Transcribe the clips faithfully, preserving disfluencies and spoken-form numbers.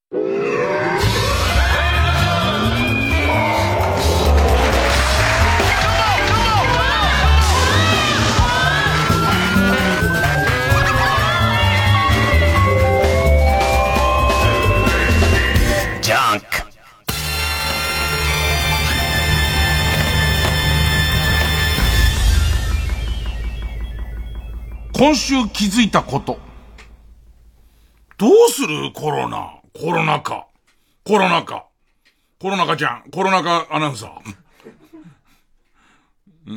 今週気づいたこと。どうするコロナ。コロナ禍。コロナ禍。コロナ禍ちゃん。コロナ禍アナウンサー。うん。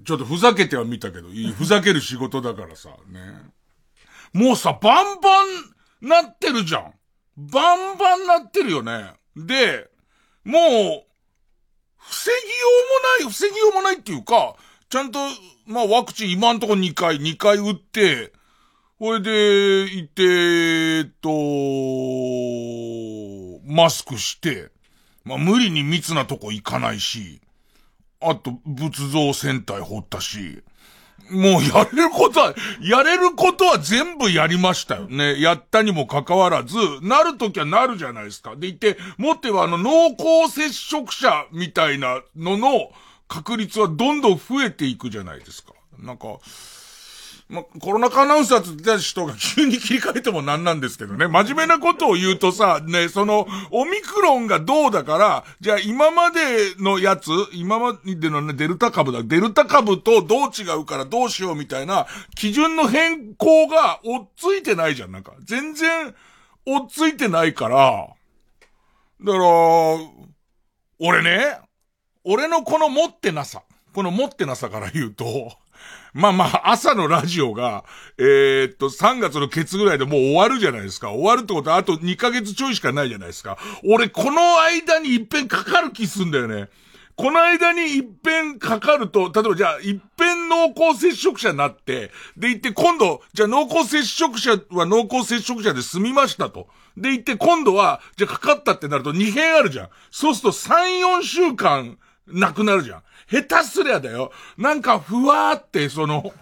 ちょっとふざけては見たけど、いい。ふざける仕事だからさ、ね。もうさ、バンバンなってるじゃん。バンバンなってるよね。で、もう、防ぎようもない、防ぎようもないっていうか、ちゃんと、まあワクチン今んとこにかい、にかい打って、これで、いて、えっと、マスクして、まあ無理に密なとこ行かないし、あと仏像戦隊掘ったし、もうやれることは、やれることは全部やりましたよね。やったにもかかわらず、なるときはなるじゃないですか。でいて、もってはあの濃厚接触者みたいなのの確率はどんどん増えていくじゃないですか。なんか、ま、コロナ禍アナウンサーって言った人が急に切り替えてもなんなんですけどね。真面目なことを言うとさ、ね、その、オミクロンがどうだから、じゃあ今までのやつ、今までのね、デルタ株だ。デルタ株とどう違うからどうしようみたいな、基準の変更が追っついてないじゃん。なんか、全然、追っついてないから、だから、俺ね、俺のこの持ってなさ、この持ってなさから言うと、まあまあ、朝のラジオが、えー、っと、さんがつのケツぐらいでもう終わるじゃないですか。終わるってことはあとにかげつちょいしかないじゃないですか。俺、この間に一遍かかる気すんだよね。この間に一遍かかると、例えばじゃあ一遍濃厚接触者になって、で言って今度、じゃあ濃厚接触者は濃厚接触者で済みましたと。で言って今度は、じゃあかかったってなるとにへんあるじゃん。そうするとさん、よんしゅうかんなくなるじゃん。下手すりゃだよ。なんかふわーって、その、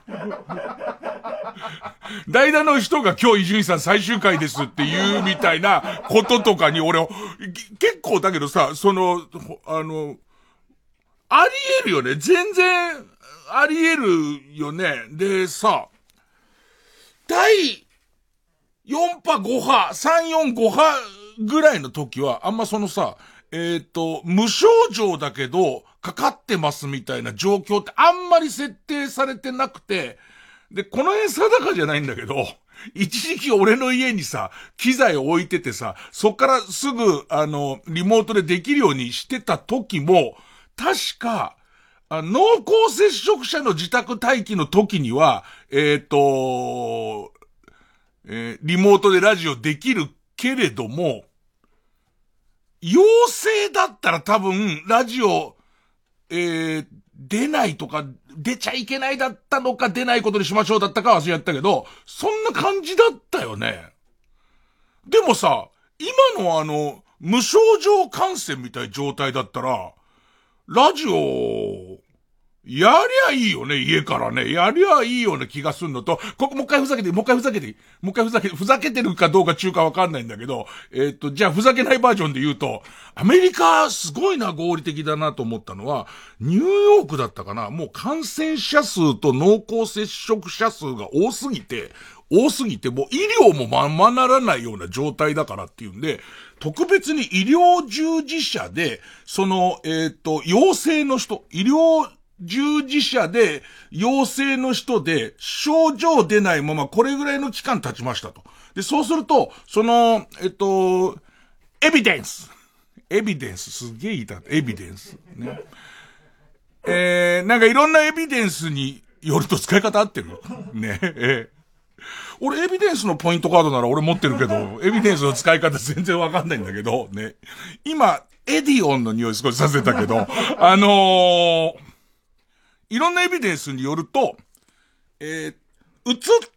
代打の人が今日伊集院さん最終回ですって言うみたいなこととかに俺、結構だけどさ、その、あの、あり得るよね。全然、あり得るよね。でさ、だいよん波ご波、さん、よん、ご波ぐらいの時は、あんまそのさ、えっと、無症状だけど、かかってますみたいな状況ってあんまり設定されてなくて、で、この辺定かじゃないんだけど、一時期俺の家にさ、機材を置いててさ、そっからすぐ、あの、リモートでできるようにしてた時も、確か、あ濃厚接触者の自宅待機の時には、えっと、えー、リモートでラジオできるけれども、陽性だったら多分、ラジオ、えー、出ないとか、出ちゃいけないだったのか、出ないことにしましょうだったかは忘れちゃったけど、そんな感じだったよね。でもさ、今のあの、無症状感染みたいな状態だったら、ラジオ、やりゃいいよね、家からね。やりゃいいような気がすんのと、ここもう一回ふざけて、もう一回ふざけて、もう一回ふざけて、ふざけてるかどうか中かわかんないんだけど、えー、っと、じゃあふざけないバージョンで言うと、アメリカすごいな、合理的だなと思ったのは、ニューヨークだったかな、もう感染者数と濃厚接触者数が多すぎて、多すぎて、もう医療もままならないような状態だからっていうんで、特別に医療従事者で、その、えー、っと、陽性の人、医療従事者で陽性の人で症状出ないままこれぐらいの期間経ちましたと。で、そうすると、その、えっと、エビデンス。エビデンス。すげえ言いたい。エビデンス。ね。えー、なんかいろんなエビデンスによると使い方合ってるね。えー俺エビデンスのポイントカードなら俺持ってるけど、エビデンスの使い方全然わかんないんだけど、ね。今、エディオンの匂い少しさせたけど、あのー、いろんなエビデンスによると、えー、うつって、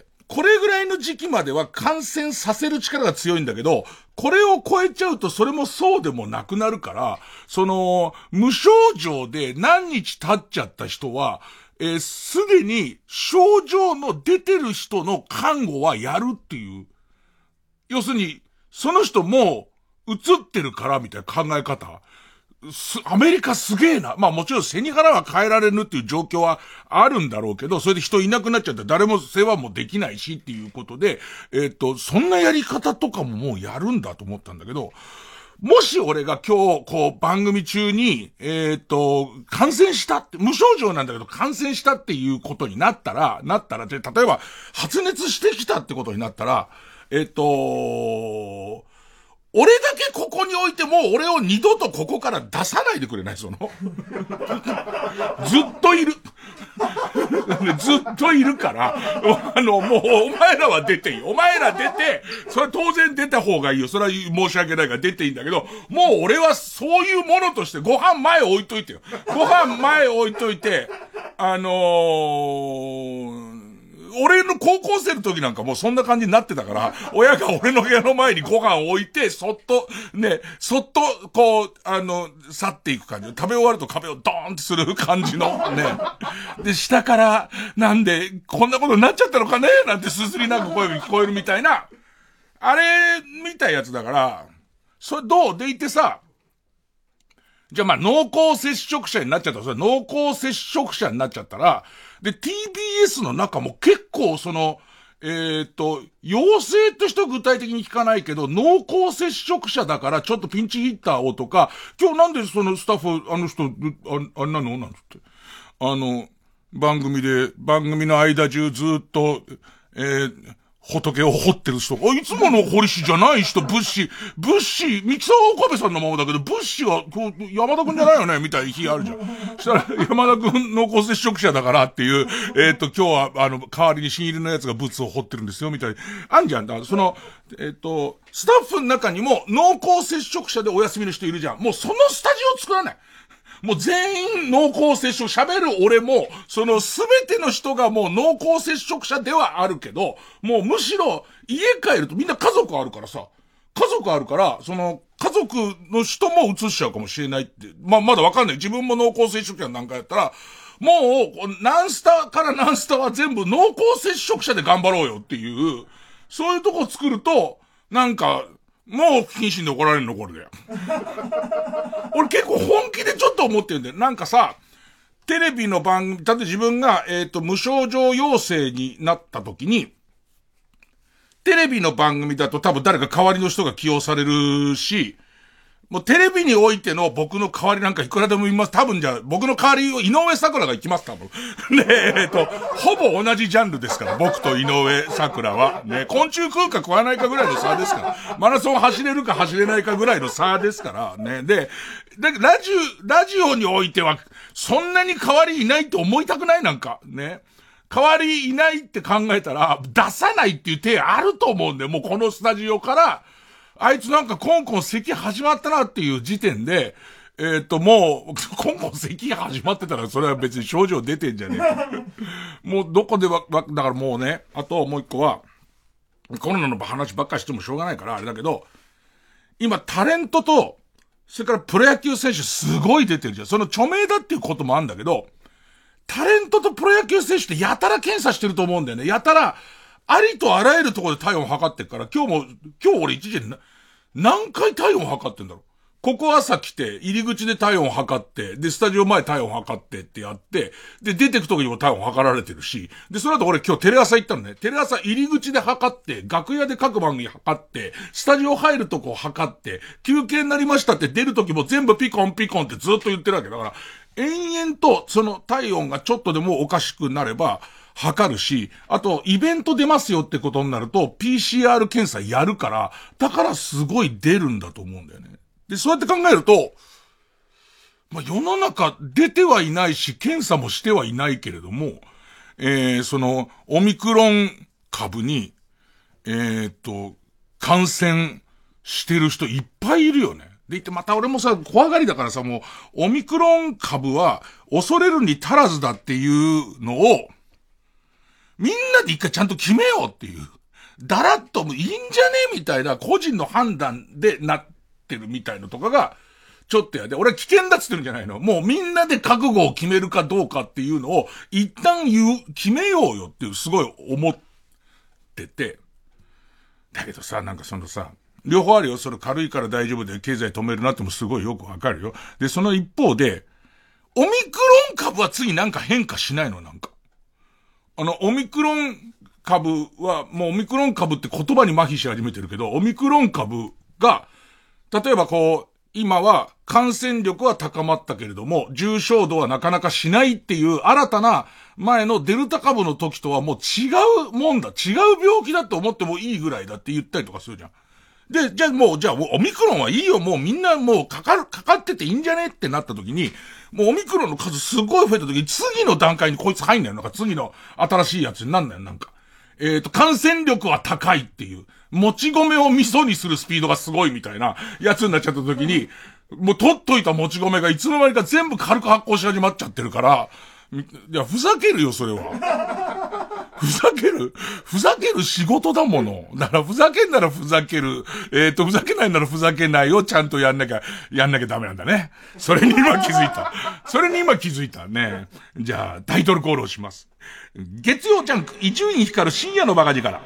これぐらいの時期までは感染させる力が強いんだけど、これを超えちゃうとそれもそうでもなくなるから、その、無症状で何日経っちゃった人は、えー、すでに症状の出てる人の看護はやるっていう。要するに、 その人もう映ってるからみたいな考え方。す、アメリカすげえな。まあもちろん背に腹は変えられぬっていう状況はあるんだろうけど、それで人いなくなっちゃって誰も世話もできないしっていうことで、えっと、そんなやり方とかももうやるんだと思ったんだけど、もし俺が今日、こう、番組中に、えっと、感染したって、無症状なんだけど感染したっていうことになったら、なったら、で、例えば、発熱してきたってことになったら、えっと、俺だけここに置いてもう俺を二度とここから出さないでくれないその。ずっといる。ずっといるから、あの、もうお前らは出ていい。お前ら出て、それは当然出た方がいいよ。それは申し訳ないから出ていいんだけど、もう俺はそういうものとしてご飯前置いといてよ。ご飯前置いといて、あのー、俺の高校生の時なんかもうそんな感じになってたから、親が俺の部屋の前にご飯を置いて、そっと、ね、そっと、こう、あの、去っていく感じ。食べ終わると壁をドーンってする感じの、ね。で、下から、なんで、こんなことになっちゃったのかねなんてすすり泣く声が聞こえるみたいな、あれ、みたいやつだから、それどうでいてさ、じゃあまあ濃厚接触者になっちゃったら、それ濃厚接触者になっちゃったら、で、ティービーエス の中も結構その、えー、っと、陽性としては具体的に聞かないけど、濃厚接触者だからちょっとピンチヒッターをとか、今日なんでそのスタッフ、あの人、あ、あんなのなんつって。あの、番組で、番組の間中ずっと、えー、仏を掘ってる人。いつもの掘り師じゃない人、ブッシ、ブッシ、三木沢岡部さんのままだけど、ブッシは、こう、山田くんじゃないよねみたいな日あるじゃん。したら、山田くん濃厚接触者だからっていう、えっと、今日は、あの、代わりに新入りのやつがブツを掘ってるんですよ、みたいな。あんじゃん。だからその、えっと、スタッフの中にも濃厚接触者でお休みの人いるじゃん。もうそのスタジオ作らない。もう全員濃厚接触、喋る俺も、そのすべての人がもう濃厚接触者ではあるけど、もうむしろ家帰るとみんな家族あるからさ、家族あるから、その家族の人も移しちゃうかもしれないって、まあ、まだわかんない。自分も濃厚接触者なんかやったら、もう、ナンスタからナンスタは全部濃厚接触者で頑張ろうよっていう、そういうとこ作ると、なんか、もう不謹慎で怒られるのこれで。俺結構本気でちょっと思ってるんだよ。なんかさ、テレビの番組、だって自分が、えっと、無症状陽性になった時に、テレビの番組だと多分誰か代わりの人が起用されるし、もうテレビにおいての僕の代わりなんかいくらでもいます。多分じゃあ、僕の代わりを井上桜が行きます、多分。ねえ、えっと、ほぼ同じジャンルですから、僕と井上桜は。ね、昆虫食うか食わないかぐらいの差ですから。マラソン走れるか走れないかぐらいの差ですから。ね。で、で、ラジオ、ラジオにおいては、そんなに代わりいないって思いたくないなんか。ね。代わりいないって考えたら、出さないっていう手あると思うんだよ。もうこのスタジオから、あいつなんかコンコン咳始まったなっていう時点で、えっ、ー、と、もう、コンコン咳始まってたらそれは別に症状出てんじゃねえ。もうどこでわ、わ、だからもうね、あともう一個は、コロナの話ばっかりしてもしょうがないからあれだけど、今タレントと、それからプロ野球選手すごい出てるじゃん。その著名だっていうこともあるんだけど、タレントとプロ野球選手ってやたら検査してると思うんだよね。やたら、ありとあらゆるところで体温測ってるから、今日も、今日俺一時な、何回体温測ってんだろう。ここ朝来て、入り口で体温測って、で、スタジオ前体温測ってってやって、で、出てく時にも体温測られてるし、で、その後俺今日テレ朝行ったのね。テレ朝入り口で測って、楽屋で各番組測って、スタジオ入るとこ測って、休憩になりましたって出る時も全部ピコンピコンってずっと言ってるわけだから、延々とその体温がちょっとでもおかしくなれば、測るし、あと、イベント出ますよってことになると、ピーシーアール 検査やるから、だからすごい出るんだと思うんだよね。で、そうやって考えると、まあ、世の中出てはいないし、検査もしてはいないけれども、えー、その、オミクロン株に、えーっと、感染してる人いっぱいいるよね。でいて、また俺もさ、怖がりだからさ、もう、オミクロン株は恐れるに足らずだっていうのを、みんなで一回ちゃんと決めようっていう。だらっともいいんじゃねえみたいな個人の判断でなってるみたいのとかが、ちょっとやで。俺は危険だっつってるんじゃないの。もうみんなで覚悟を決めるかどうかっていうのを一旦言う、決めようよっていうすごい思ってて。だけどさ、なんかそのさ、 両方あるよ。それ軽いから大丈夫で経済止めるなってもすごいよくわかるよ。で、その一方で、オミクロン株は次なんか変化しないのなんか。あの、オミクロン株は、もうオミクロン株って言葉に麻痺し始めてるけど、オミクロン株が、例えばこう、今は感染力は高まったけれども、重症度はなかなかしないっていう新たな前のデルタ株の時とはもう違うもんだ。違う病気だと思ってもいいぐらいだって言ったりとかするじゃん。で、じゃあもう、じゃあオミクロンはいいよ。もうみんなもうかかる、かかってていいんじゃねってなった時に、もうオミクロンの数すごい増えた時に次の段階にこいつ入んないのなんか次の新しいやつになんないのなんか。えっと、感染力は高いっていう。もち米を味噌にするスピードがすごいみたいなやつになっちゃった時に、もう取っといたもち米がいつの間にか全部軽く発酵し始まっちゃってるから、いや、ふざけるよ、それは。ふざけるふざける仕事だもの。だから、ふざけんならふざける。えっと、ふざけないならふざけないをちゃんとやんなきゃ、やんなきゃダメなんだね。それに今気づいた。それに今気づいたね。じゃあ、タイトルコールをします。月曜ジャンク、伊集院光る深夜のバカ力。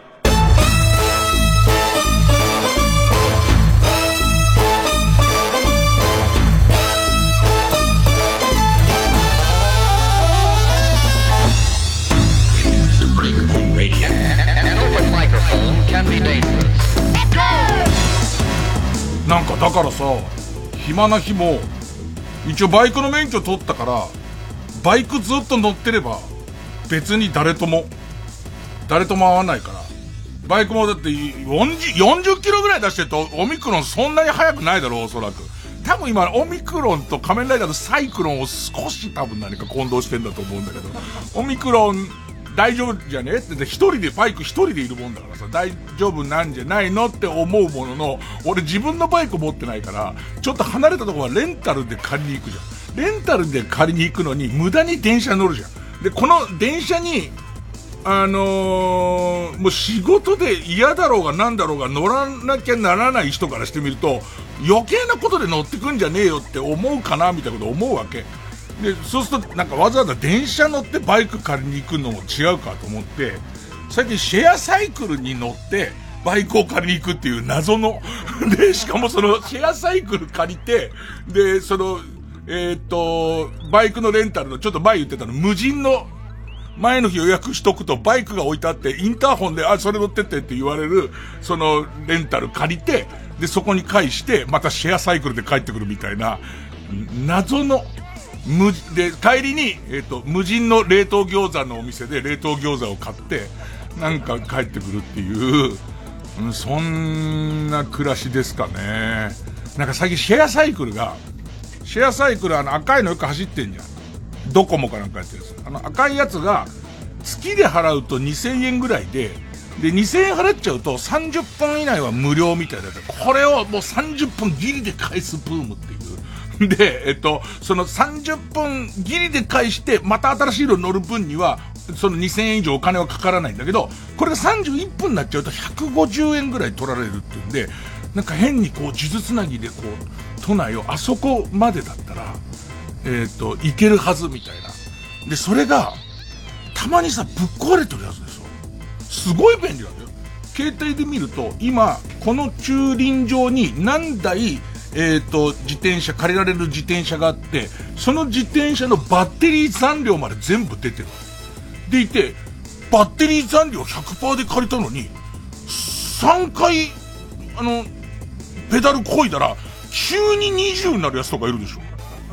なんかだからさ、暇な日も一応バイクの免許取ったからバイクずっと乗ってれば別に誰とも誰とも会わないから、バイクもだってよんじゅう、よんじゅっキロぐらい出してるとオミクロンそんなに速くないだろうおそらく。多分今オミクロンと仮面ライダーのサイクロンを少し多分何か混同してんだと思うんだけど、オミクロン大丈夫じゃねって一人でバイク一人でいるもんだからさ、大丈夫なんじゃないのって思うものの、俺自分のバイク持ってないからちょっと離れたところはレンタルで借りに行くじゃん。レンタルで借りに行くのに無駄に電車乗るじゃん。でこの電車にあのー、もう仕事で嫌だろうがなんだろうが乗らなきゃならない人からしてみると余計なことで乗ってくんじゃねえよって思うかなみたいなこと思うわけで、そうするとなんかわざわざ電車乗ってバイク借りに行くのも違うかと思って、最近シェアサイクルに乗ってバイクを借りに行くっていう謎ので、しかもそのシェアサイクル借りて、でそのえー、っとバイクのレンタルのちょっと前言ってたの無人の前の日予約しとくとバイクが置いてあってインターホンであそれ乗ってってって言われるそのレンタル借りて、でそこに返してまたシェアサイクルで帰ってくるみたいな謎の無で帰りにえっと無人の冷凍餃子のお店で冷凍餃子を買ってなんか帰ってくるっていう、うん、そんな暮らしですかね。なんか最近シェアサイクルがシェアサイクルあの赤いのよく走ってんじゃん。ドコモかなんかやってるんです。あの赤いやつが月で払うとにせんえんぐらいで、でにせんえん払っちゃうとさんじゅっぷん以内は無料みたいなやつ。これをもうさんじゅっぷんギリで返すブームっていう。で、えっと、そのさんじゅっぷんギリで返してまた新しいの乗る分にはそのにせんえん以上お金はかからないんだけど、これがさんじゅういっぷんになっちゃうとひゃくごじゅうえんぐらい取られるっていうんで、なんか変にこう数珠つなぎでこう都内をあそこまでだったらえっと行けるはずみたいな。でそれがたまにさぶっ壊れてるやつですよ。すごい便利なんだよ。携帯で見ると今この駐輪場に何台えっと自転車借りられる自転車があって、その自転車のバッテリー残量まで全部出てるでいて、バッテリー残量 ひゃくパーセント で借りたのにさんかいあのペダル漕いだら急ににじゅうになるやつとかいるでしょ。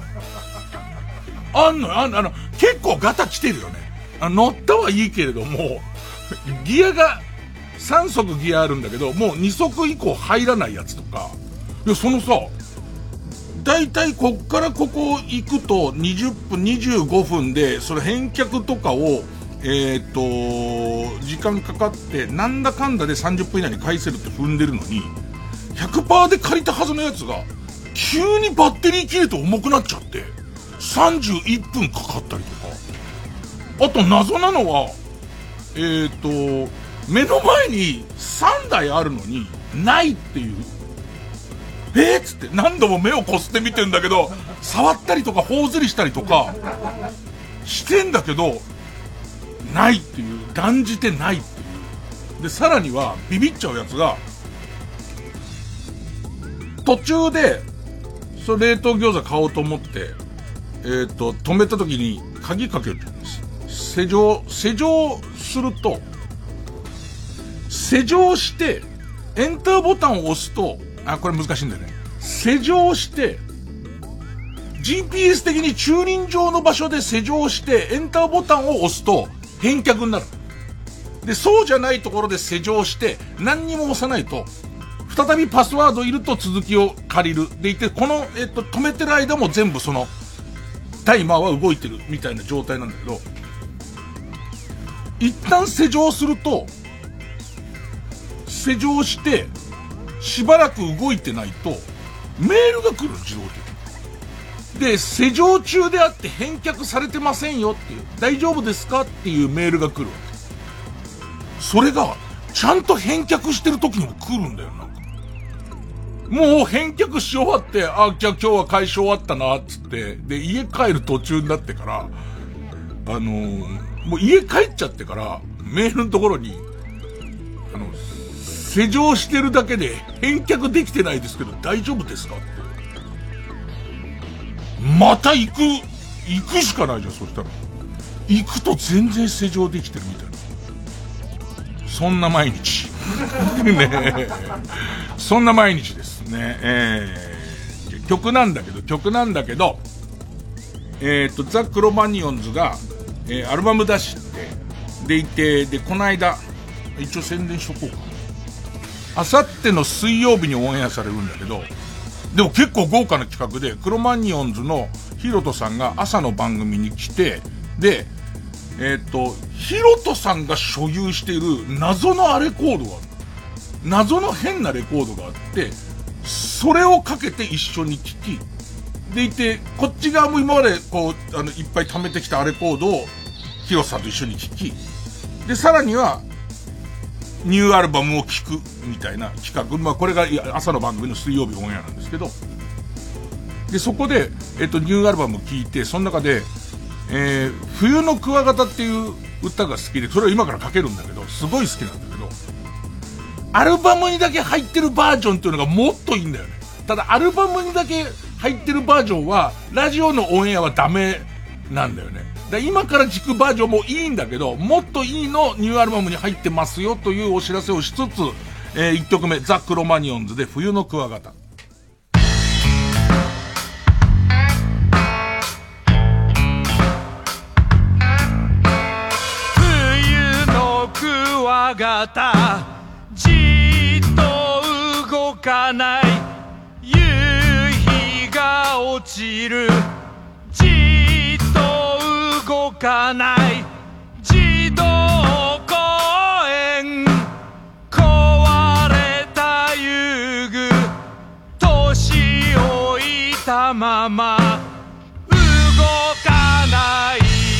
あんのあんのあの結構ガタ来てるよね。あ乗ったはいいけれどもギアがさんそくギアあるんだけどもうにそく以降入らないやつとか。いやそのさだいたいこっからここ行くとにじゅっぷんにじゅうごふんでその返却とかをえっと時間かかってなんだかんだでさんじゅっぷん以内に返せるって踏んでるのに ひゃくパーセント で借りたはずのやつが急にバッテリー切れて重くなっちゃってさんじゅういっぷんかかったりとか。あと謎なのはえっと目の前にさんだいあるのにないっていう。えー、っつって何度も目をこすって見てんだけど触ったりとか頬ずりしたりとかしてんだけどないっていう、断じてないっていう。でさらにはビビっちゃうやつが途中で、その冷凍餃子買おうと思って、えっ、ー、と、止めた時に鍵かける。施錠、施錠すると、施錠して、エンターボタンを押すと、あ、これ難しいんだよね。施錠して、ジーピーエス 的に駐輪場の場所で施錠して、エンターボタンを押すと、返却になる。で、そうじゃないところで施錠して、何にも押さないと、再びパスワードいると続きを借りる。でいて、この、えっと、止めてる間も全部その、タイマーは動いてるみたいな状態なんだけど、一旦施錠すると、施錠して、しばらく動いてないと、メールが来るの、自動的に。で、施錠中であって返却されてませんよっていう、大丈夫ですかっていうメールが来るわけ。それが、ちゃんと返却してる時にも来るんだよ、なんか。もう返却し終わって、あ、じゃあ今日は返し終わったな、つって、で、家帰る途中になってから、あのー、もう家帰っちゃってから、メールのところに、あの、施錠してるだけで返却できてないですけど大丈夫ですかって。また行く、行くしかないじゃん、そしたら。行くと全然施錠できてるみたいな。そんな毎日。ねそんな毎日ですね。えー、曲なんだけど、曲なんだけど、えっと、ザ・クロマニオンズが、えー、アルバム出して、でいて、で、この間、一応宣伝しとこうか。あさっての水曜日にオンエアされるんだけど、でも結構豪華な企画で、クロマニオンズのヒロトさんが朝の番組に来て、で、えっと、ヒロトさんが所有している謎のレコードがある。謎の変なレコードがあって、それをかけて一緒に聴き、でいて、こっち側も今までこう、あの、いっぱい貯めてきたレコードをヒロさんと一緒に聴き、で、さらには、ニューアルバムを聴くみたいな企画。まあ、これが朝の番組の水曜日オンエアなんですけど、で、そこで、えっと、ニューアルバムを聴いて、その中で、えー、冬のクワガタっていう歌が好きで、それを今からかけるんだけど、すごい好きなんだけど、アルバムにだけ入ってるバージョンっていうのがもっといいんだよね。ただ、アルバムにだけ入ってるバージョンは、ラジオのオンエアはダメなんだよね。だ今から聞くバージョンもいいんだけど、もっといいのニューアルバムに入ってますよというお知らせをしつつ、えー、いっきょくめ、ザ・クロマニオンズで冬のクワガタ。 冬のクワガタ、じっと動かない、夕日が落ちる、じっと動かない児童公園、壊れた遊具、年老いたまま動かない、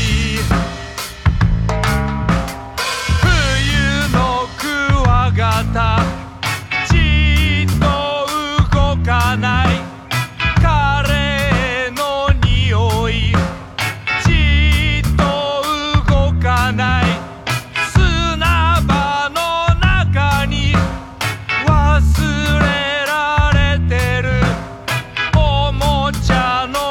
冬のクワガタ、じっと動かない、カレーの匂い、じっと動かない、砂場の中に忘れられてるおもちゃの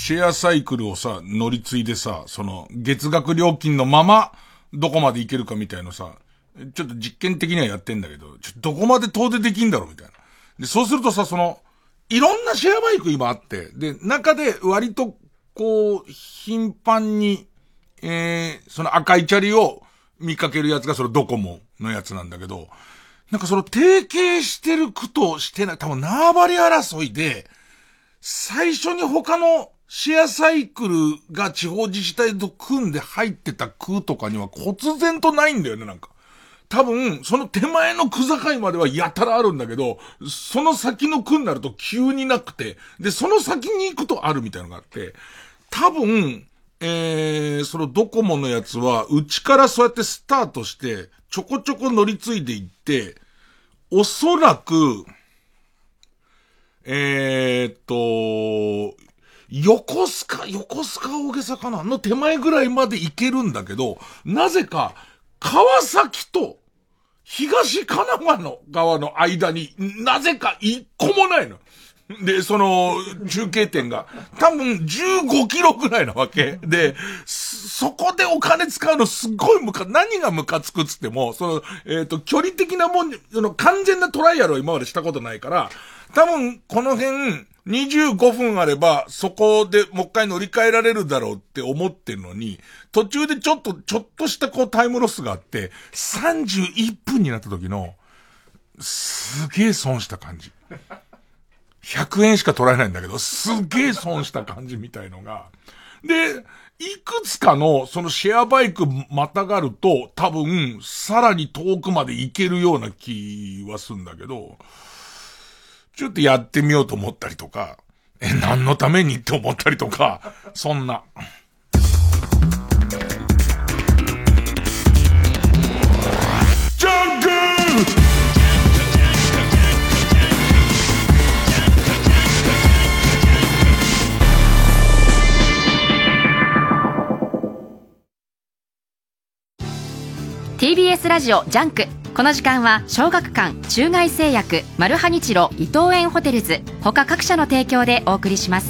シェアサイクルをさ、乗り継いでさ、その、月額料金のまま、どこまでいけるかみたいのさ、ちょっと実験的にはやってんだけど、ちょっとどこまで遠出できんだろうみたいな。で、そうするとさ、その、いろんなシェアバイク今あって、で、中で割と、こう、頻繁に、えー、その赤いチャリを見かけるやつがそのドコモのやつなんだけど、なんかその提携してる区としてない、多分縄張り争いで、最初に他のシェアサイクルが地方自治体と組んで入ってた区とかには忽然とないんだよね、なんか。多分、その手前の区境まではやたらあるんだけど、その先の区になると急になくて、で、その先に行くとあるみたいなのがあって、多分、えー、そのドコモのやつは、うちからそうやってスタートして、ちょこちょこ乗り継いでいって、おそらく、えーっと、横須賀、横須賀大げさかなの手前ぐらいまで行けるんだけど、なぜか、川崎と東神奈川の側の間になぜか一個もないの。で、その中継点が多分じゅうごキロぐらいなわけで、そこでお金使うのすっごいムカ、何がムカつくっつっても、その、えっと、距離的なもん、その完全なトライアルを今までしたことないから、多分この辺にじゅうごふんあればそこでもう一回乗り換えられるだろうって思ってるのに、途中でちょっと、ちょっとしたこうタイムロスがあって、さんじゅういっぷんになった時の、すげえ損した感じ。ひゃくえんしか取られないんだけど、すげえ損した感じみたいのが。で、いくつかのそのシェアバイクまたがると、多分、さらに遠くまで行けるような気はするんだけど、ちょっとやってみようと思ったりとか、え、何のためにって思ったりとか、そんな。ジャングルティービーエス ラジオジャンク。この時間は小学館、中外製薬、マルハニチロ、伊藤園ホテルズ他各社の提供でお送りします。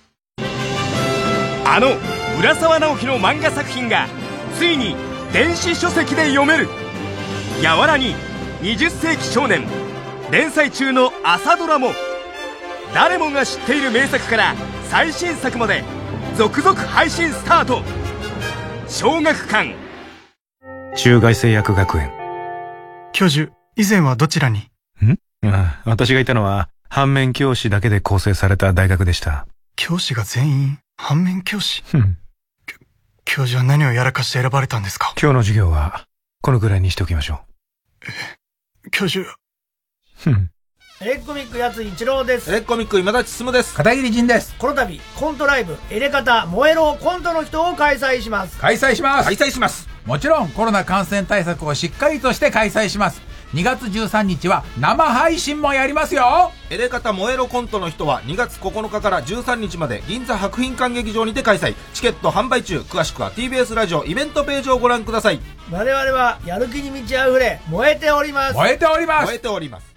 あの浦沢直樹の漫画作品がついに電子書籍で読める。やわらににじゅっ世紀少年、連載中の朝ドラも誰もが知っている名作から最新作まで続々配信スタート。小学館。 中外製薬学園。 教授、以前はどちらに？ ん？ああ、私がいたのは反面教師だけで構成された大学でした。 教師が全員反面教師？ うん。 教授は何をやらかして選ばれたんですか？ 今日の授業はこのくらいにしておきましょう。え、教授。 うん。 エレコミックやつ一郎です。 エレコミック今立進です。 片桐仁です。 この度コントライブエレカタ燃えろコントの人を開催します。 開催します開催します。 もちろんコロナ感染対策をしっかりとして開催します。にがつじゅうさんにちは生配信もやりますよ。 エレカタ燃えろコントの人はにがつここのかからじゅうさんにちまで銀座博品館劇場にて開催。チケット販売中。詳しくは ティービーエス ラジオイベントページをご覧ください。 我々はやる気に満ち溢れ燃えております。 燃えております。 燃えております。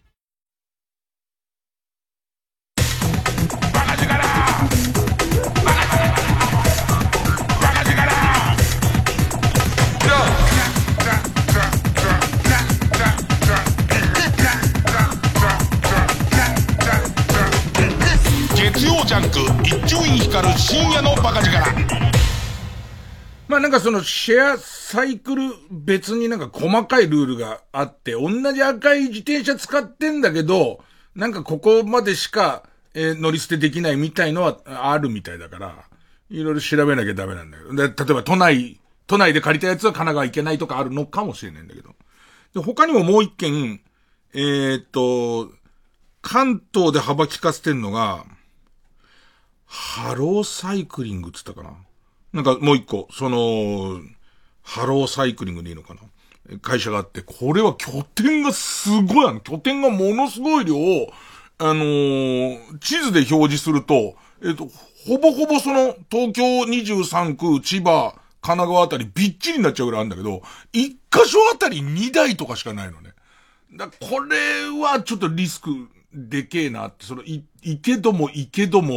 月曜ジャンク一丁院光る深夜のバカ力。まあなんかそのシェアサイクル別になんか細かいルールがあって、同じ赤い自転車使ってんだけど、なんかここまでしか、えー、乗り捨てできないみたいのはあるみたいだから、いろいろ調べなきゃダメなんだけど。で、例えば都内、都内で借りたやつは神奈川行けないとかあるのかもしれないんだけど。で、他にももう一件、えーっと、関東で幅利かせてんのが、ハローサイクリングって言ったかな。なんかもう一個、その、ハローサイクリングでいいのかな。会社があって、これは拠点がすごいあの、拠点がものすごい量を、あのー、地図で表示すると、えっと、ほぼほぼその、東京にじゅうさんく、千葉、神奈川あたりびっちりになっちゃうぐらいあるんだけど、一箇所あたりにだいとかしかないのね。だこれはちょっとリスクでけえなって、その、い、いけどもいけども、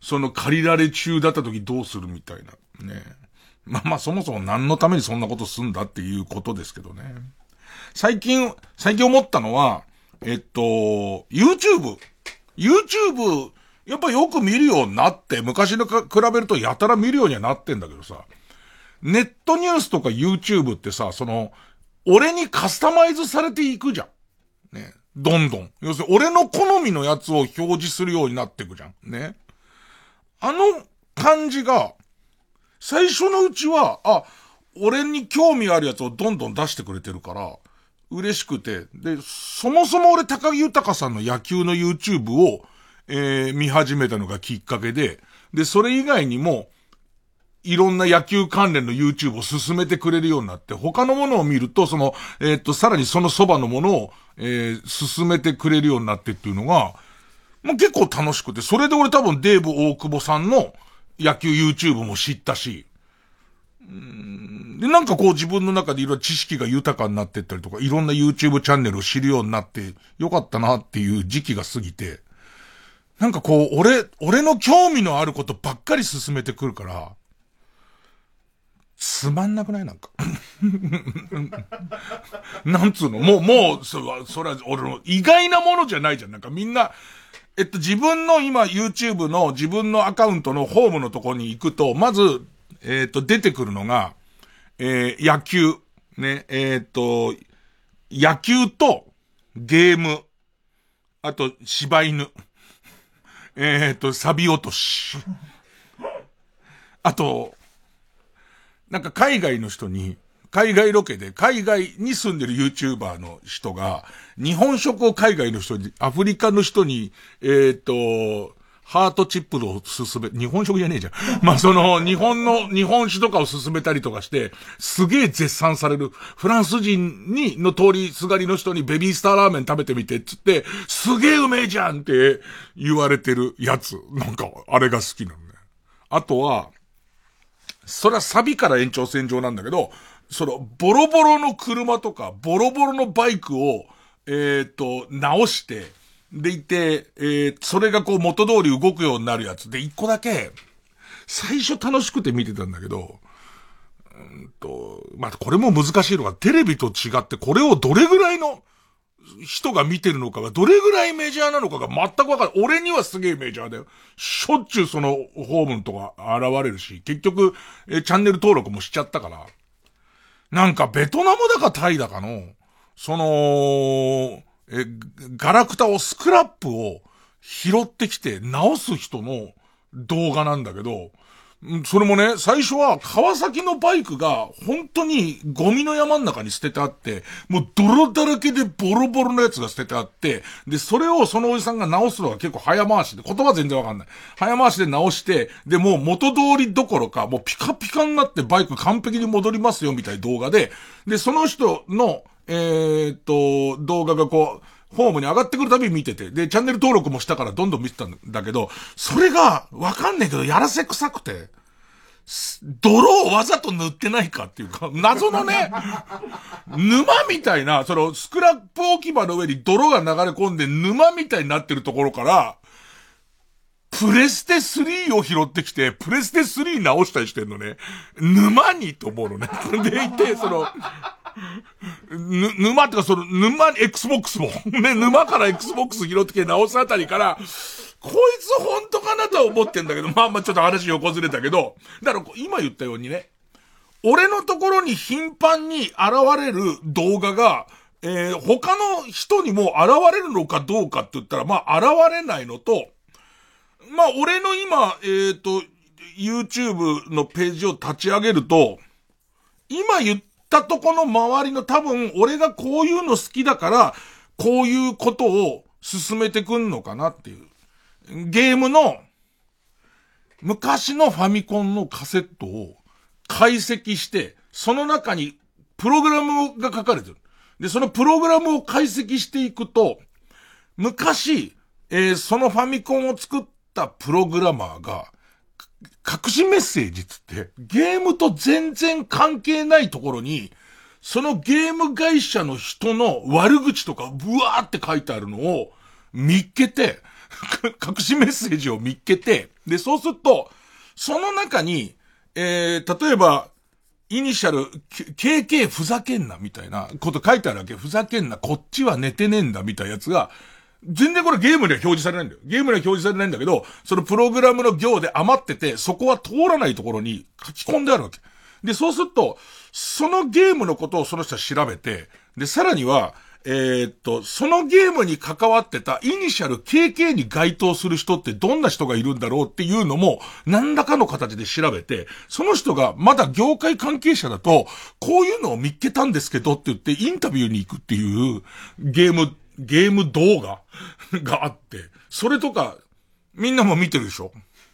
その借りられ中だった時どうするみたいな。ね。まあまあそもそも何のためにそんなことすんだっていうことですけどね。最近、最近思ったのは、えっと、YouTube。YouTube、やっぱよく見るようになって、昔のか比べるとやたら見るようにはなってんだけどさ、ネットニュースとか YouTube ってさ、その、俺にカスタマイズされていくじゃん。ね。どんどん。要するに俺の好みのやつを表示するようになっていくじゃん。ね。あの感じが、最初のうちは、あ、俺に興味あるやつをどんどん出してくれてるから、嬉しくて。で、そもそも俺高木豊さんの野球の YouTube を、えー、見始めたのがきっかけで、で、それ以外にも、いろんな野球関連の YouTube を進めてくれるようになって、他のものを見ると、その、えー、っと、さらにそのそばのものを、えー、進めてくれるようになってっていうのが、もう結構楽しくて、それで俺多分デーブ大久保さんの野球 YouTube も知ったし、うーんで、なんかこう自分の中でいろいろ知識が豊かになってったりとか、いろんな YouTube チャンネルを知るようになって、よかったなっていう時期が過ぎて、なんかこう、俺、俺の興味のあることばっかり進めてくるから、つまんなくないなんか。なんつうのもう、もう、それは、それは俺の意外なものじゃないじゃん。なんかみんな、えっと、自分の今 YouTube の自分のアカウントのホームのところに行くと、まず、えっと、出てくるのが、えー、野球。ね、えっと、野球とゲーム。あと、柴犬。えっと、サビ落とし。あと、なんか海外の人に、海外ロケで海外に住んでる YouTuber の人が、日本食を海外の人に、アフリカの人に、えっと、ハートチップルを勧め、日本食じゃねえじゃん。まあ、その、日本の、日本酒とかを勧めたりとかして、すげえ絶賛される。フランス人に、の通りすがりの人にベビースターラーメン食べてみて、つって、すげえうめえじゃんって言われてるやつ。なんか、あれが好きなのね。あとは、それはサビから延長線上なんだけど、その、ボロボロの車とか、ボロボロのバイクを、えっと、直して、でいて、えー、それがこう元通り動くようになるやつで、一個だけ、最初楽しくて見てたんだけど、うんと、まあ、これも難しいのが、テレビと違って、これをどれぐらいの人が見てるのかが、どれぐらいメジャーなのかが全くわかんない。俺にはすげえメジャーだよ。しょっちゅうその、ホームとか現れるし、結局、えー、チャンネル登録もしちゃったから、なんかベトナムだかタイだかの、その、え、ガラクタを、スクラップを拾ってきて直す人の動画なんだけど、それもね、最初は川崎のバイクが本当にゴミの山の中に捨ててあって、もう泥だらけでボロボロのやつが捨ててあって、で、それをそのおじさんが直すのが結構早回しで、言葉全然わかんない。早回しで直して、で、もう元通りどころか、もうピカピカになってバイク完璧に戻りますよみたいな動画で、で、その人の、えーっと、動画がこう、ホームに上がってくるたび見てて、で、チャンネル登録もしたからどんどん見てたんだけど、それが、わかんないけど、やらせ臭くて、泥をわざと塗ってないかっていうか、謎のね、沼みたいな、その、スクラップ置き場の上に泥が流れ込んで沼みたいになってるところから、プレステスリーを拾ってきて、プレステスリー直したりしてんのね。沼にと思うのね。でいて、その、ぬ、沼ってかその、沼に Xbox も。ね、沼から Xbox 拾ってきて直すあたりから、こいつ本当かなとは思ってんだけど、まあまあちょっと話横ずれたけど、だから今言ったようにね、俺のところに頻繁に現れる動画が、えー、他の人にも現れるのかどうかって言ったら、まあ現れないのと、まあ俺の今、えっと、YouTube のページを立ち上げると、今言ったとこの周りの多分俺がこういうの好きだから、こういうことを進めてくんのかなっていう。ゲームの、昔のファミコンのカセットを解析して、その中にプログラムが書かれてる。で、そのプログラムを解析していくと、昔、えー、そのファミコンを作ったプログラマーが、隠しメッセージつって、ゲームと全然関係ないところに、そのゲーム会社の人の悪口とか、ブワーって書いてあるのを見っけて、 隠しメッセージを見っけて、で、そうすると、その中に、えー、例えば、イニシャル、ケーケー ふざけんなみたいなこと書いてあるわけ。ふざけんな、こっちは寝てねえんだみたいなやつが、全然これゲームには表示されないんだよ。ゲームには表示されないんだけど、そのプログラムの行で余ってて、そこは通らないところに書き込んであるわけ。で、そうすると、そのゲームのことをその人は調べて、で、さらには、えー、っと、そのゲームに関わってたイニシャル ケーケー に該当する人ってどんな人がいるんだろうっていうのも何らかの形で調べて、その人がまだ業界関係者だと、こういうのを見っけたんですけどって言ってインタビューに行くっていうゲーム、ゲーム動画があって、それとかみんなも見てるでしょ？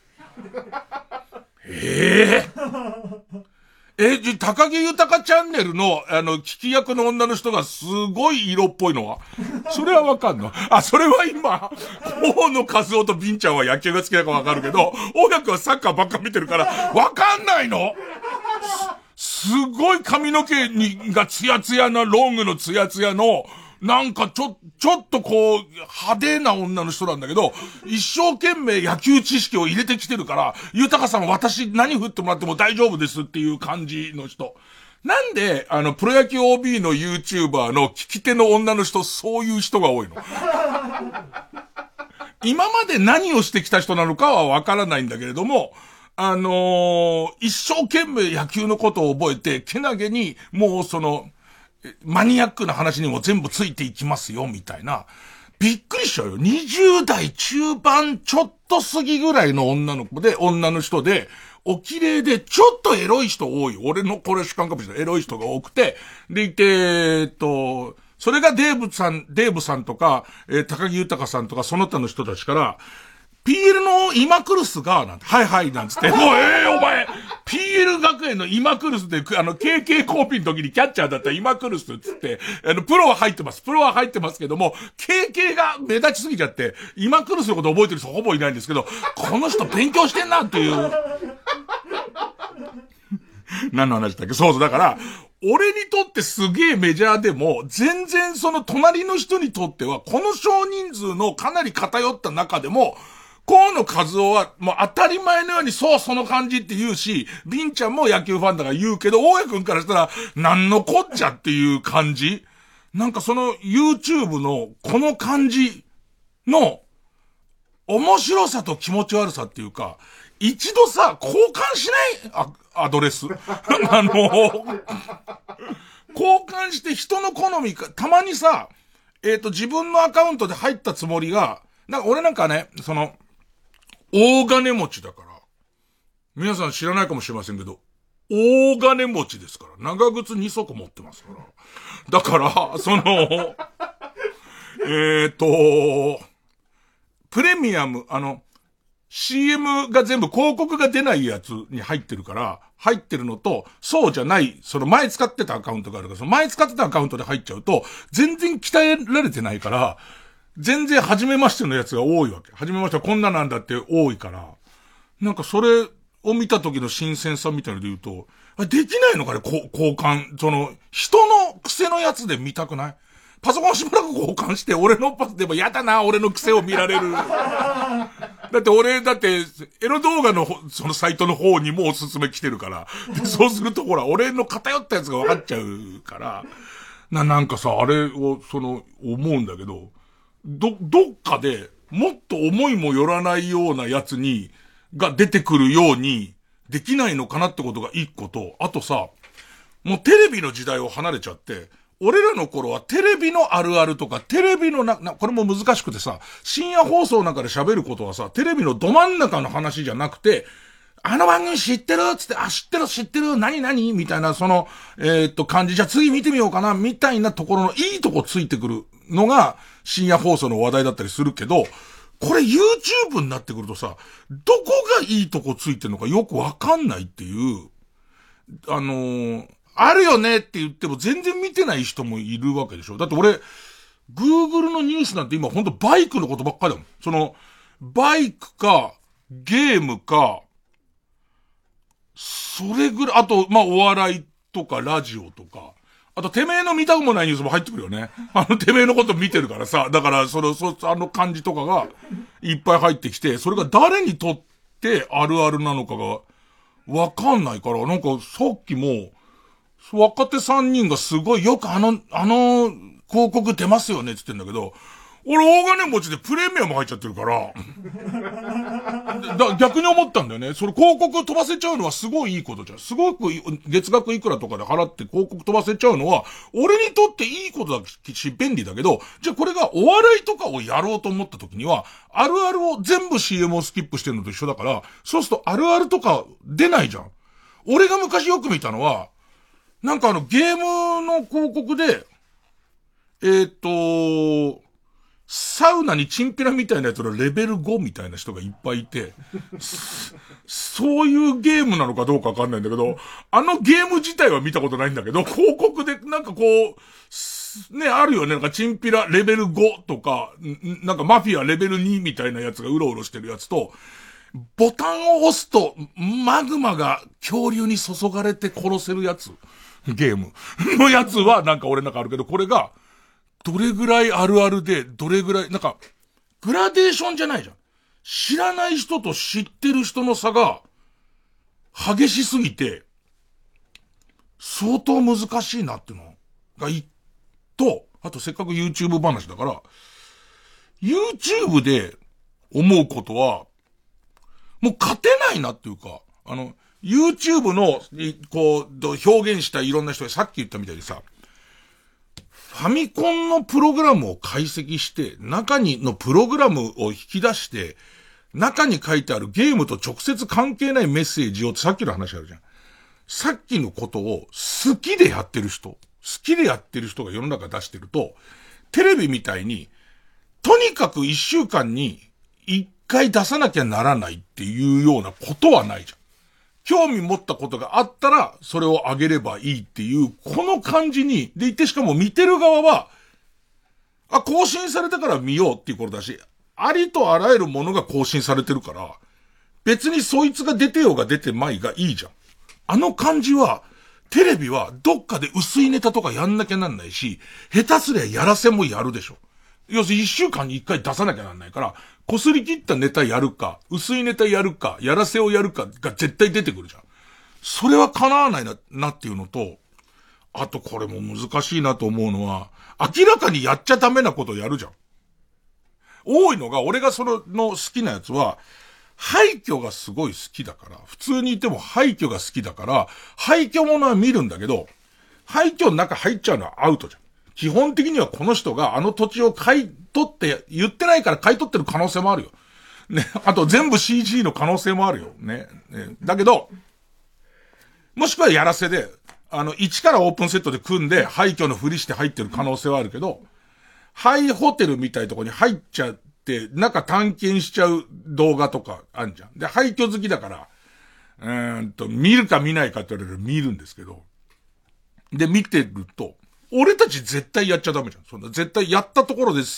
ええーえ、じ、高木豊チャンネルの、あの、聞き役の女の人がすごい色っぽいのはそれはわかんの？あ、それは今、大野和夫とビンちゃんは野球が好きだかわかるけど、大野くんはサッカーばっか見てるから、わかんないの？す、すごい髪の毛に、がツヤツヤな、ロングのツヤツヤの、なんかちょ、ちょっとこう、派手な女の人なんだけど、一生懸命野球知識を入れてきてるから、豊さん私何振ってもらっても大丈夫ですっていう感じの人。なんで、あの、プロ野球 オービー の YouTuber の聞き手の女の人、そういう人が多いの。今まで何をしてきた人なのかはわからないんだけれども、あのー、一生懸命野球のことを覚えて、けなげに、もうその、マニアックな話にも全部ついていきますよ、みたいな。びっくりしちゃうよ。にじゅう代中盤ちょっと過ぎぐらいの女の子で、女の人で、お綺麗で、ちょっとエロい人多い。俺のこれ主観かもしれない。エロい人が多くて、でいて、えっと、それがデーブさん、デーブさんとか、えー、高木豊さんとか、その他の人たちから、ピーエル の今クルスが、なんて、はいはいなんつって、もうええー、お前、ピーエル 学園の今クルスで、あの、ケーケー コーピの時にキャッチャーだった今クルスつって、あの、プロは入ってます。プロは入ってますけども、ケーケー が目立ちすぎちゃって、今クルスのこと覚えてる人ほぼいないんですけど、この人勉強してんなっていう。何の話だっけ？そうそう、だから、俺にとってすげえメジャーでも、全然その隣の人にとっては、この少人数のかなり偏った中でも、河野和夫は、もう当たり前のように、そう、その感じって言うし、ビンちゃんも野球ファンだから言うけど、大江くんからしたら、なんのこっちゃっていう感じ？なんかその YouTube のこの感じの、面白さと気持ち悪さっていうか、一度さ、交換しないあ、アドレス。あの、交換して人の好みか、たまにさ、えっと、自分のアカウントで入ったつもりが、なんか俺なんかね、その、大金持ちだから。皆さん知らないかもしれませんけど、大金持ちですから。長靴に足持ってますから。だから、その、えっと、プレミアム、あの、シーエム が全部広告が出ないやつに入ってるから、入ってるのと、そうじゃない、その前使ってたアカウントがあるから、その前使ってたアカウントで入っちゃうと、全然鍛えられてないから、全然初めましてのやつが多いわけ。初めましてはこんななんだって多いから。なんかそれを見た時の新鮮さみたいなので言うと、あ、できないのかね、こ交換。その、人の癖のやつで見たくない？パソコンしばらく交換して、俺のパスでもやだな、俺の癖を見られる。だって俺、だって、エロ動画のそのサイトの方にもおすすめ来てるから。でそうするとほら、俺の偏ったやつが分かっちゃうから。な、なんかさ、あれを、その、思うんだけど、ど、どっかでもっと思いもよらないようなやつに、が出てくるようにできないのかなってことが一個と、あとさ、もうテレビの時代を離れちゃって、俺らの頃はテレビのあるあるとか、テレビのな、な、これも難しくてさ、深夜放送なんかで喋ることはさ、テレビのど真ん中の話じゃなくて、あの番組知ってるつって、あ、知ってる知ってる何何みたいな、その、えー、っと感じ、じゃあ次見てみようかな、みたいなところのいいとこついてくるのが、深夜放送の話題だったりするけど、これ YouTube になってくるとさ、どこがいいとこついてるのかよくわかんないっていう、あのー、あるよねって言っても全然見てない人もいるわけでしょ。だって俺、Google のニュースなんて今ほんとバイクのことばっかりだもん。その、バイクか、ゲームか、それぐらい、あと、まあ、お笑いとかラジオとか、 あと、てめえの見たくもないニュースも入ってくるよね。あの、てめえのこと見てるからさ。だから、その、そ、あの感じとかが、いっぱい入ってきて、それが誰にとってあるあるなのかが、わかんないから、なんか、さっきも、若手さんにんがすごいよくあの、あの、広告出ますよねって言ってんだけど、俺大金持ちでプレミアム入っちゃってるから、だ逆に思ったんだよね。それ広告飛ばせちゃうのはすごいいいことじゃん。すごく月額いくらとかで払って広告飛ばせちゃうのは、俺にとっていいことだし便利だけど、じゃあこれがお笑いとかをやろうと思った時には、あるあるを全部 シーエム をスキップしてるのと一緒だから、そうするとあるあるとか出ないじゃん。俺が昔よく見たのは、なんかあのゲームの広告で、えーっと、サウナにチンピラみたいなやつのレベルごみたいな人がいっぱいいて、そういうゲームなのかどうかわかんないんだけど、あのゲーム自体は見たことないんだけど、広告でなんかこう、ね、あるよね、なんかチンピラレベルごとか、なんかマフィアレベルにみたいなやつがうろうろしてるやつと、ボタンを押すとマグマが恐竜に注がれて殺せるやつ、ゲームのやつはなんか俺なんかあるけど、これが、どれぐらいあるあるで、どれぐらい、なんか、グラデーションじゃないじゃん。知らない人と知ってる人の差が、激しすぎて、相当難しいなっていうのがいっと、あとせっかく YouTube 話だから、YouTube で思うことは、もう勝てないなっていうか、あの、YouTube の、こう、表現したいろんな人がさっき言ったみたいにさ、ファミコンのプログラムを解析して、中にのプログラムを引き出して、中に書いてあるゲームと直接関係ないメッセージをってさっきの話あるじゃん。さっきのことを好きでやってる人、好きでやってる人が世の中出してると、テレビみたいに、とにかく一週間に一回出さなきゃならないっていうようなことはないじゃん。興味持ったことがあったら、それをあげればいいっていう、この感じに、でいてしかも見てる側は、あ、更新されたから見ようっていうことだし、ありとあらゆるものが更新されてるから、別にそいつが出てようが出てまいがいいじゃん。あの感じは、テレビはどっかで薄いネタとかやんなきゃなんないし、下手すりゃやらせもやるでしょ。要するに一週間に一回出さなきゃなんないから、こすり切ったネタやるか、薄いネタやるか、やらせをやるかが絶対出てくるじゃん。それは叶わないな、なっていうのと、あとこれも難しいなと思うのは、明らかにやっちゃダメなことやるじゃん。多いのが、俺がその、の好きなやつは、廃墟がすごい好きだから、普通にいても廃墟が好きだから、廃墟ものは見るんだけど、廃墟の中入っちゃうのはアウトじゃん。基本的にはこの人があの土地を買い取って、言ってないから買い取ってる可能性もあるよ。ね。あと全部 シージー の可能性もあるよ。ね。ね。だけど、もしくはやらせで、あの、一からオープンセットで組んで廃墟のふりして入ってる可能性はあるけど、ハイホテルみたいなとこに入っちゃって、中探検しちゃう動画とかあるじゃん。で、廃墟好きだから、うーんと、見るか見ないかって言われると見るんですけど、で、見てると、俺たち絶対やっちゃダメじゃん。そんな絶対やったところです。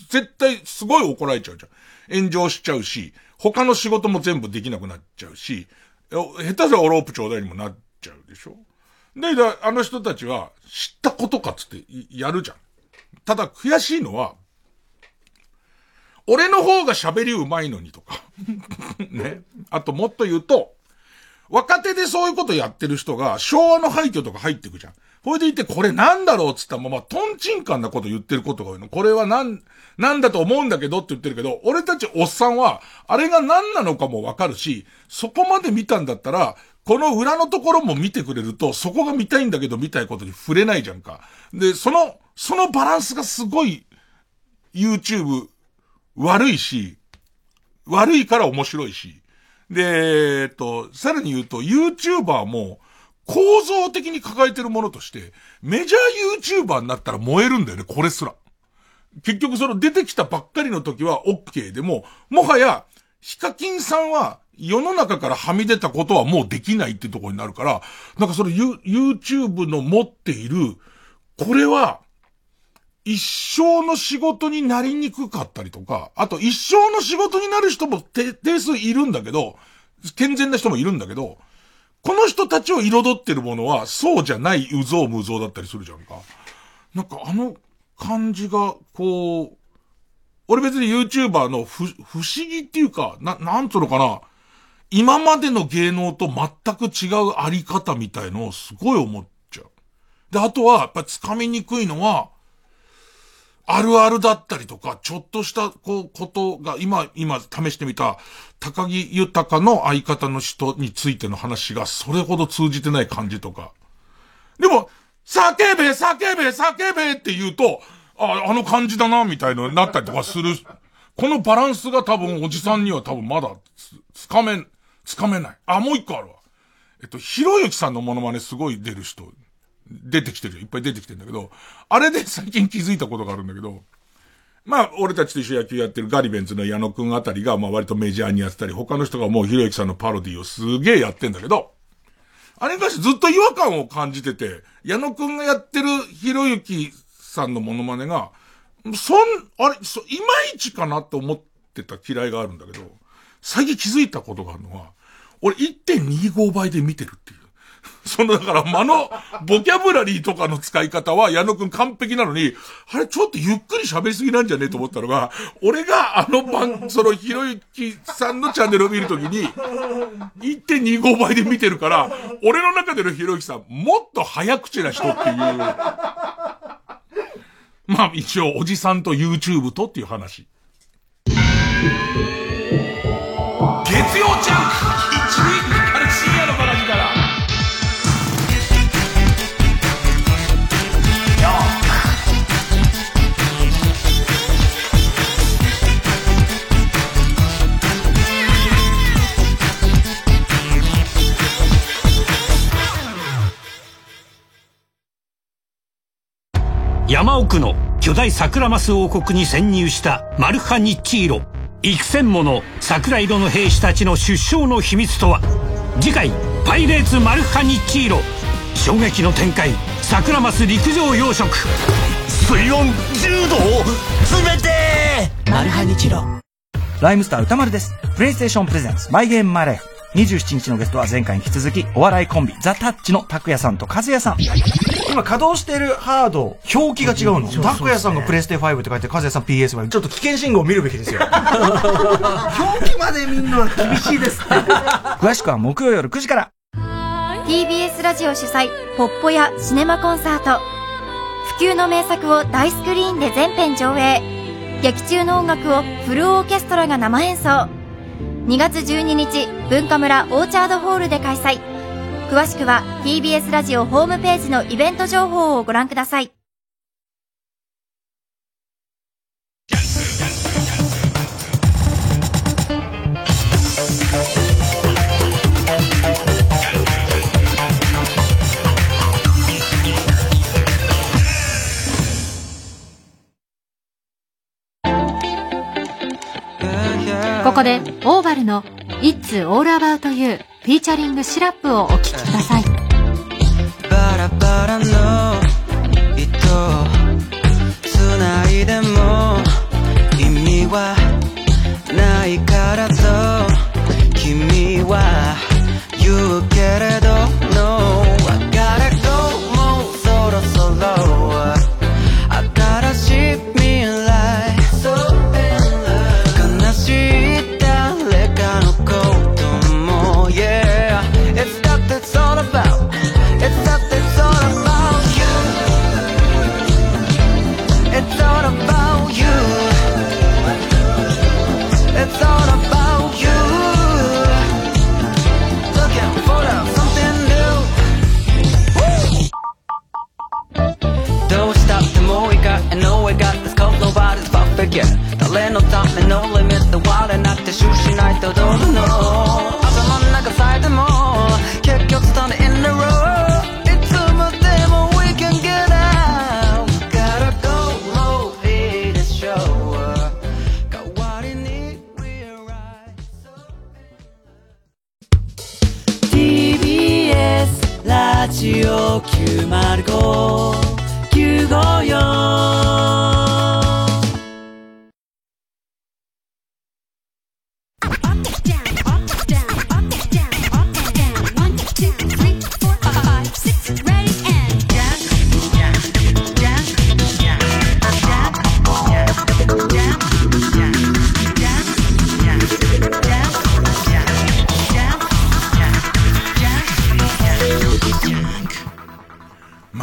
絶対すごい怒られちゃうじゃん。炎上しちゃうし、他の仕事も全部できなくなっちゃうし、下手すらオロープちょうだいにもなっちゃうでしょ。で、あの人たちは知ったことかつってやるじゃん。ただ悔しいのは、俺の方が喋り上手いのにとか。ね。あともっと言うと、若手でそういうことやってる人が昭和の廃墟とか入ってくじゃん。これでいてこれなんだろうっつったらままトンチンカンなこと言ってることが多いの。これはなん、なんだと思うんだけどって言ってるけど、俺たちおっさんはあれが何なのかもわかるし、そこまで見たんだったら、この裏のところも見てくれると、そこが見たいんだけど見たいことに触れないじゃんか。で、その、そのバランスがすごい YouTube 悪いし、悪いから面白いし。で、えっと、さらに言うと YouTuber も構造的に抱えてるものとして、メジャー YouTuber になったら燃えるんだよね、これすら。結局その出てきたばっかりの時は OK でも、もはや、ヒカキンさんは世の中からはみ出たことはもうできないっていうところになるから、なんかその YouTube の持っている、これは、一生の仕事になりにくかったりとか、あと一生の仕事になる人も定数いるんだけど、健全な人もいるんだけど、 この人たちを彩ってるものは、そうじゃない、うぞうむぞうだったりするじゃんか。なんかあの感じが、こう、俺別に YouTuber の不、不思議っていうか、な、なんつうのかな。今までの芸能と全く違うあり方みたいのをすごい思っちゃう。で、あとは、やっぱり掴みにくいのは、あるあるだったりとか、ちょっとした、こう、ことが、今、今、試してみた、高木豊の相方の人についての話が、それほど通じてない感じとか。でも、叫べ、叫べ、叫べって言うと、あ、あの感じだな、みたいな、なったりとかする。このバランスが多分、おじさんには多分まだ、つ、つかめん、つかめない。あ、もう一個あるわ。えっと、ひろゆきさんのモノマネすごい出る人。出てきてるよ。いっぱい出てきてるんだけど、あれで最近気づいたことがあるんだけど、まあ、俺たちと一緒野球やってるガリベンズの矢野くんあたりが、まあ割とメジャーにやってたり、他の人がもうひろゆきさんのパロディをすげえやってんだけど、あれに関してずっと違和感を感じてて、矢野くんがやってるひろゆきさんのモノマネが、そん、あれ、そ、いまいちかなって思ってた嫌いがあるんだけど、最近気づいたことがあるのは、俺 いってんにご 倍で見てるっていう。その、だから、間の、ボキャブラリーとかの使い方は、矢野くん完璧なのに、あれ、ちょっとゆっくり喋りすぎなんじゃねえと思ったのが、俺があの番、その、ひろゆきさんのチャンネルを見るときに、いってんにご 倍で見てるから、俺の中でのひろゆきさん、もっと早口な人っていう。まあ、一応、おじさんと YouTube とっていう話。月曜ジャンク一塁から深夜のバラジから。 山奥の巨大桜マス王国に潜入したマルハニッチーロ。幾千もの桜色の兵士たちの出生の秘密とは。次回パイレーツマルハニッチーロ。衝撃の展開、桜マス陸上養殖。水温じゅうど冷てー。 マルハニチロ。ライムスター歌丸です。プレイステーションプレゼンツマイゲームマイライフ。にじゅうしちにちのゲストは前回に引き続きお笑いコンビザ・タッチの拓也さんと和也さん。 今稼働しているハード表記が違うの。拓也さんがプレステファイブって書いて和也さん ピーエスファイブ。ちょっと危険信号を見るべきですよ。表記まで見るのは厳しいです。 詳しくは木曜夜くじから。 ティービーエス ラジオ主催ポッポやシネマコンサート。不朽の名作を大スクリーンで全編上映。劇中の音楽をフルオーケストラが生演奏。にがつじゅうににち文化村オーチャードホールで開催。詳しくは ティービーエス ラジオホームページのイベント情報をご覧ください。 ここでオーバルの It's All About You フィーチャリングシラップをお聴きください。 バラバラの糸繋いでも意味はないからと君は言うけれど No I gotta go もうそろそろ新しい未来悲しい誰かのことも Yeah It's that it's all about It's that it's all about you It's all about you It's all about you Looking for something new Don't stop ってもう一回 I know I got this cause nobody's perfect yet 誰のためのリミット割れなくて終しないとどうなの頭の中咲いても結局スタンド in the road いつまでも we can get out Gotta go low いいでしょう代わりに rewriteティービーエス ラジオきゅうまるご きゅうごよんOne, two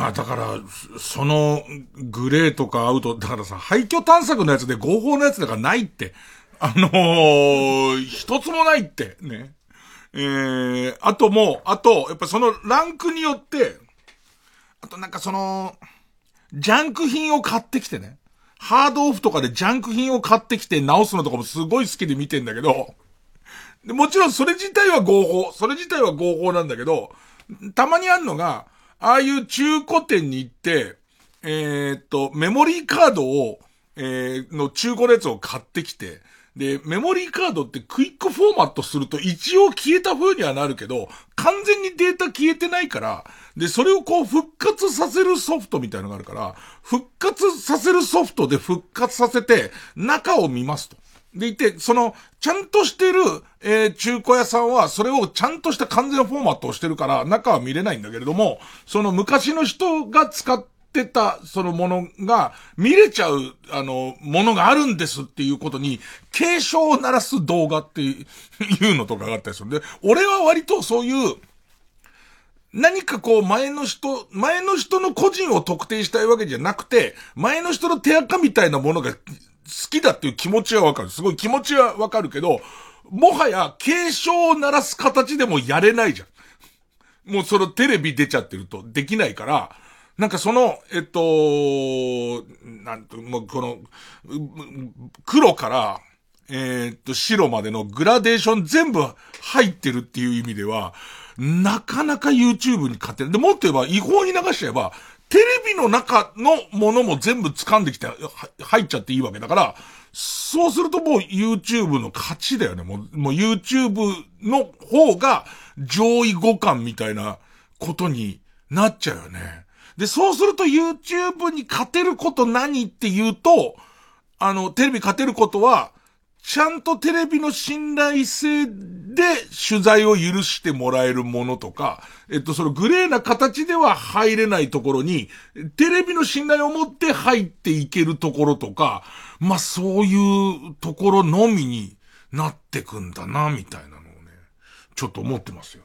まあだから、そのグレーとかアウト、だからさ、廃墟探索のやつで合法のやつだからないって。あのー、一つもないって、ね。えー、あともう、あと、やっぱそのランクによって、あとなんかその、ジャンク品を買ってきてね。ハードオフとかでジャンク品を買ってきて直すのとかもすごい好きで見てんだけど、でもちろんそれ自体は合法、それ自体は合法なんだけど、たまにあるのが、ああいう中古店に行って、えー、っと、メモリーカードを、えー、の中古のやつを買ってきて、で、メモリーカードってクイックフォーマットすると一応消えた風にはなるけど、完全にデータ消えてないから、で、それをこう復活させるソフトみたいなのがあるから、復活させるソフトで復活させて、中を見ますと。でいて、その、ちゃんとしてる、えー、中古屋さんは、それをちゃんとした完全フォーマットをしてるから、中は見れないんだけれども、その昔の人が使ってた、そのものが、見れちゃう、あの、ものがあるんですっていうことに、警鐘を鳴らす動画っていうのとかがあったりするんで、俺は割とそういう、何かこう前の人、前の人の個人を特定したいわけじゃなくて、前の人の手垢みたいなものが、好きだっていう気持ちはわかる。すごい気持ちはわかるけど、もはや警鐘を鳴らす形でもやれないじゃん。もうそのテレビ出ちゃってるとできないから、なんかその、えっと、なんと、もうこの、黒から、えー、っと、白までのグラデーション全部入ってるっていう意味では、なかなか YouTube に勝てる。で、もっと言えば違法に流しちゃえば、テレビの中のものも全部掴んできて入っちゃっていいわけだから、そうするともう YouTube の勝ちだよね。もう、もう YouTube の方が上位互換みたいなことになっちゃうよね。で、そうすると YouTube に勝てること何って言うと、あの、テレビ勝てることは、ちゃんとテレビの信頼性で取材を許してもらえるものとか、えっと、そのグレーな形では入れないところに、テレビの信頼を持って入っていけるところとか、まあ、そういうところのみになってくんだな、みたいなのをね、ちょっと思ってますよ。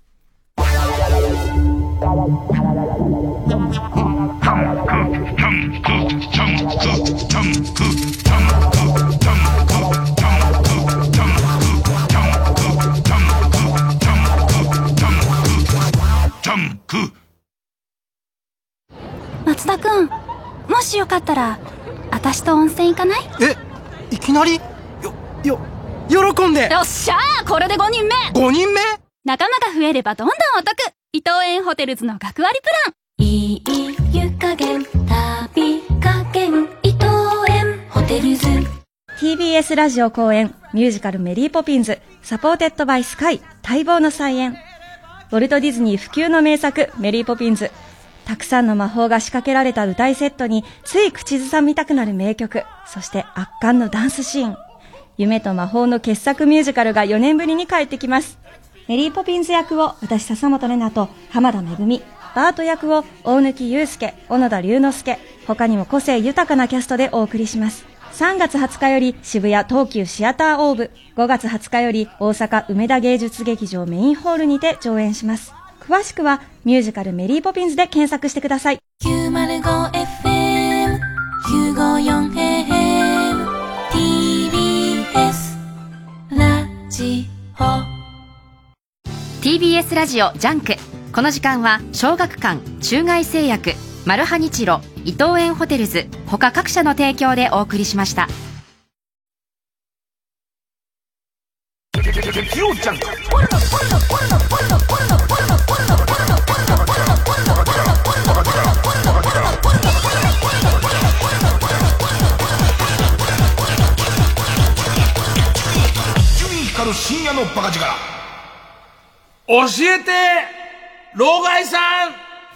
松田くん、もしよかったら私と温泉行かない？ え、いきなり？よ、よ、喜んで。 よっしゃー、これでごにんめ。 ごにんめ？ 仲間が増えればどんどんお得。伊東園ホテルズの学割プラン。いい湯加減、旅加減、伊東園ホテルズ。 ティービーエス ラジオ公演ミュージカルメリーポピンズ、サポーテッドバイスカイ、待望の再演。ウォルト・ディズニー不朽の名作メリーポピンズ。たくさんの魔法が仕掛けられた舞台セットについ口ずさみたくなる名曲、そして圧巻のダンスシーン。夢と魔法の傑作ミュージカルがよねんぶりに帰ってきます。メリーポピンズ役を私笹本玲奈と浜田めぐみ、バート役を大貫勇介、小野田龍之介、他にも個性豊かなキャストでお送りします。さんがつはつかより渋谷東急シアターオーブ、ごがつはつかより大阪梅田芸術劇場メインホールにて上演します。詳しくはミュージカルメリーポピンズで検索してください。 きゅうまるごエフエム きゅうごよんエーエム ティービーエス ラジオティービーエス ラジオジャンク。この時間は小学館、中外製薬、マルハニチロ、伊東園ホテルズ他各社の提供でお送りしました。 深夜のバカ力教えて老害さん。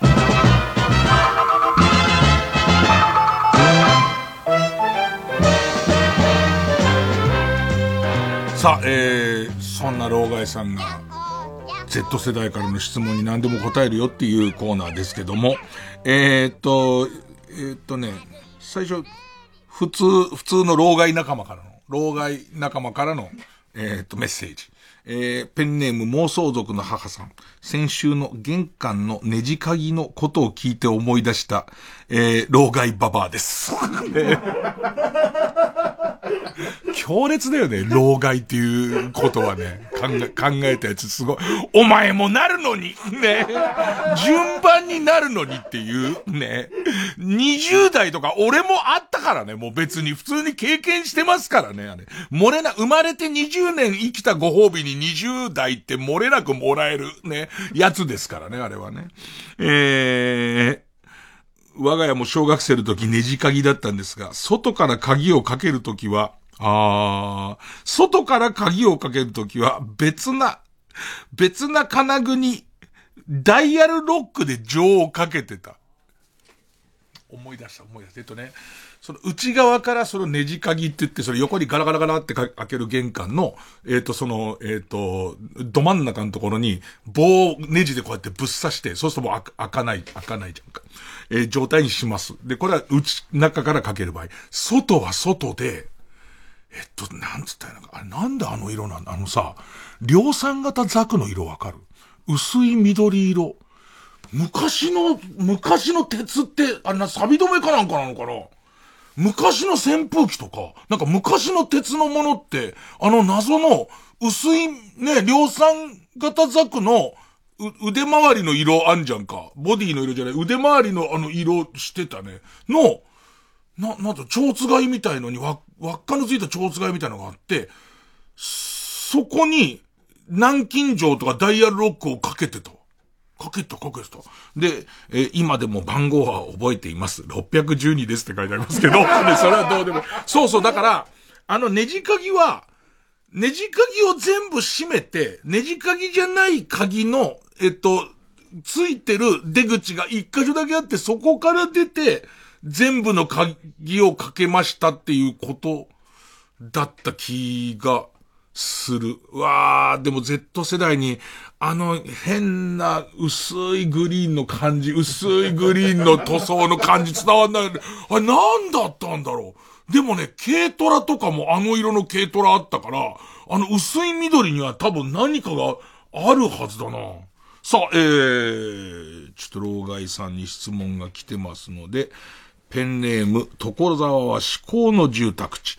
さあ、えー、そんな老害さんが Z 世代からの質問に何でも答えるよっていうコーナーですけども、えーっとえーっとね最初普通普通の老害仲間からの老害仲間からのえー、っと、メッセージ。 えー、ペンネーム妄想族の母さん。先週の玄関のネジ鍵のことを聞いて思い出した、えー、老害ババアです。強烈だよね、老害っていうことはね。考え、考えたやつすごい。お前もなるのにね。順番になるのにっていうね。にじゅう代とか俺もあったからね。もう別に普通に経験してますからね。あれ。漏れな、生まれてにじゅうねん生きたご褒美ににじゅう代って漏れなくもらえるね。やつですからね、あれはね。えー。我が家も小学生の時ネジ鍵だったんですが、外から鍵をかけるときは、あー、外から鍵をかけるときは別な、別な金具にダイヤルロックで錠をかけてた。思い出した、思い出した。えっとね、その内側からそのネジ鍵って言って、それ横にガラガラガラって開ける玄関の、えっと、その、えっと、ど真ん中のところに棒をネジでこうやってぶっ刺して、そうするともう開かない、開かないじゃんか。えー、状態にします。で、これは内、中からかける場合。外は外で、えっと、なんつったらいいのか。あれ、なんであの色なんだ？あのさ、量産型ザクの色わかる？薄い緑色。昔の、昔の鉄って、あれな、錆止めかなんかなのかな？昔の扇風機とか、なんか昔の鉄のものって、あの謎の薄いね、量産型ザクの腕周りの色あんじゃんか。ボディの色じゃない、腕周りのあの色してたね。の、な、なんと、蝶つがいみたいのに、わ、輪っかのついた蝶つがいみたいのがあって、そこに、南京錠とかダイヤルロックをかけてた。かけた、かけた。で、えー、今でも番号は覚えています。ろっぴゃくじゅうにですって書いてありますけど、で、それはどうでも。そうそう、だから、あのネジ鍵は、ネジ鍵を全部閉めて、ネジ鍵じゃない鍵の、えっと、ついてる出口が一箇所だけあって、そこから出て、全部の鍵をかけましたっていうことだった気がする。うわー、でも Z 世代にあの変な薄いグリーンの感じ、薄いグリーンの塗装の感じ伝わんない。あれ何だったんだろう。でもね、軽トラとかもあの色の軽トラあったから、あの薄い緑には多分何かがあるはずだな。さあ、えー、ちょっと老害さんに質問が来てますので、ペンネーム、所沢は至高の住宅地。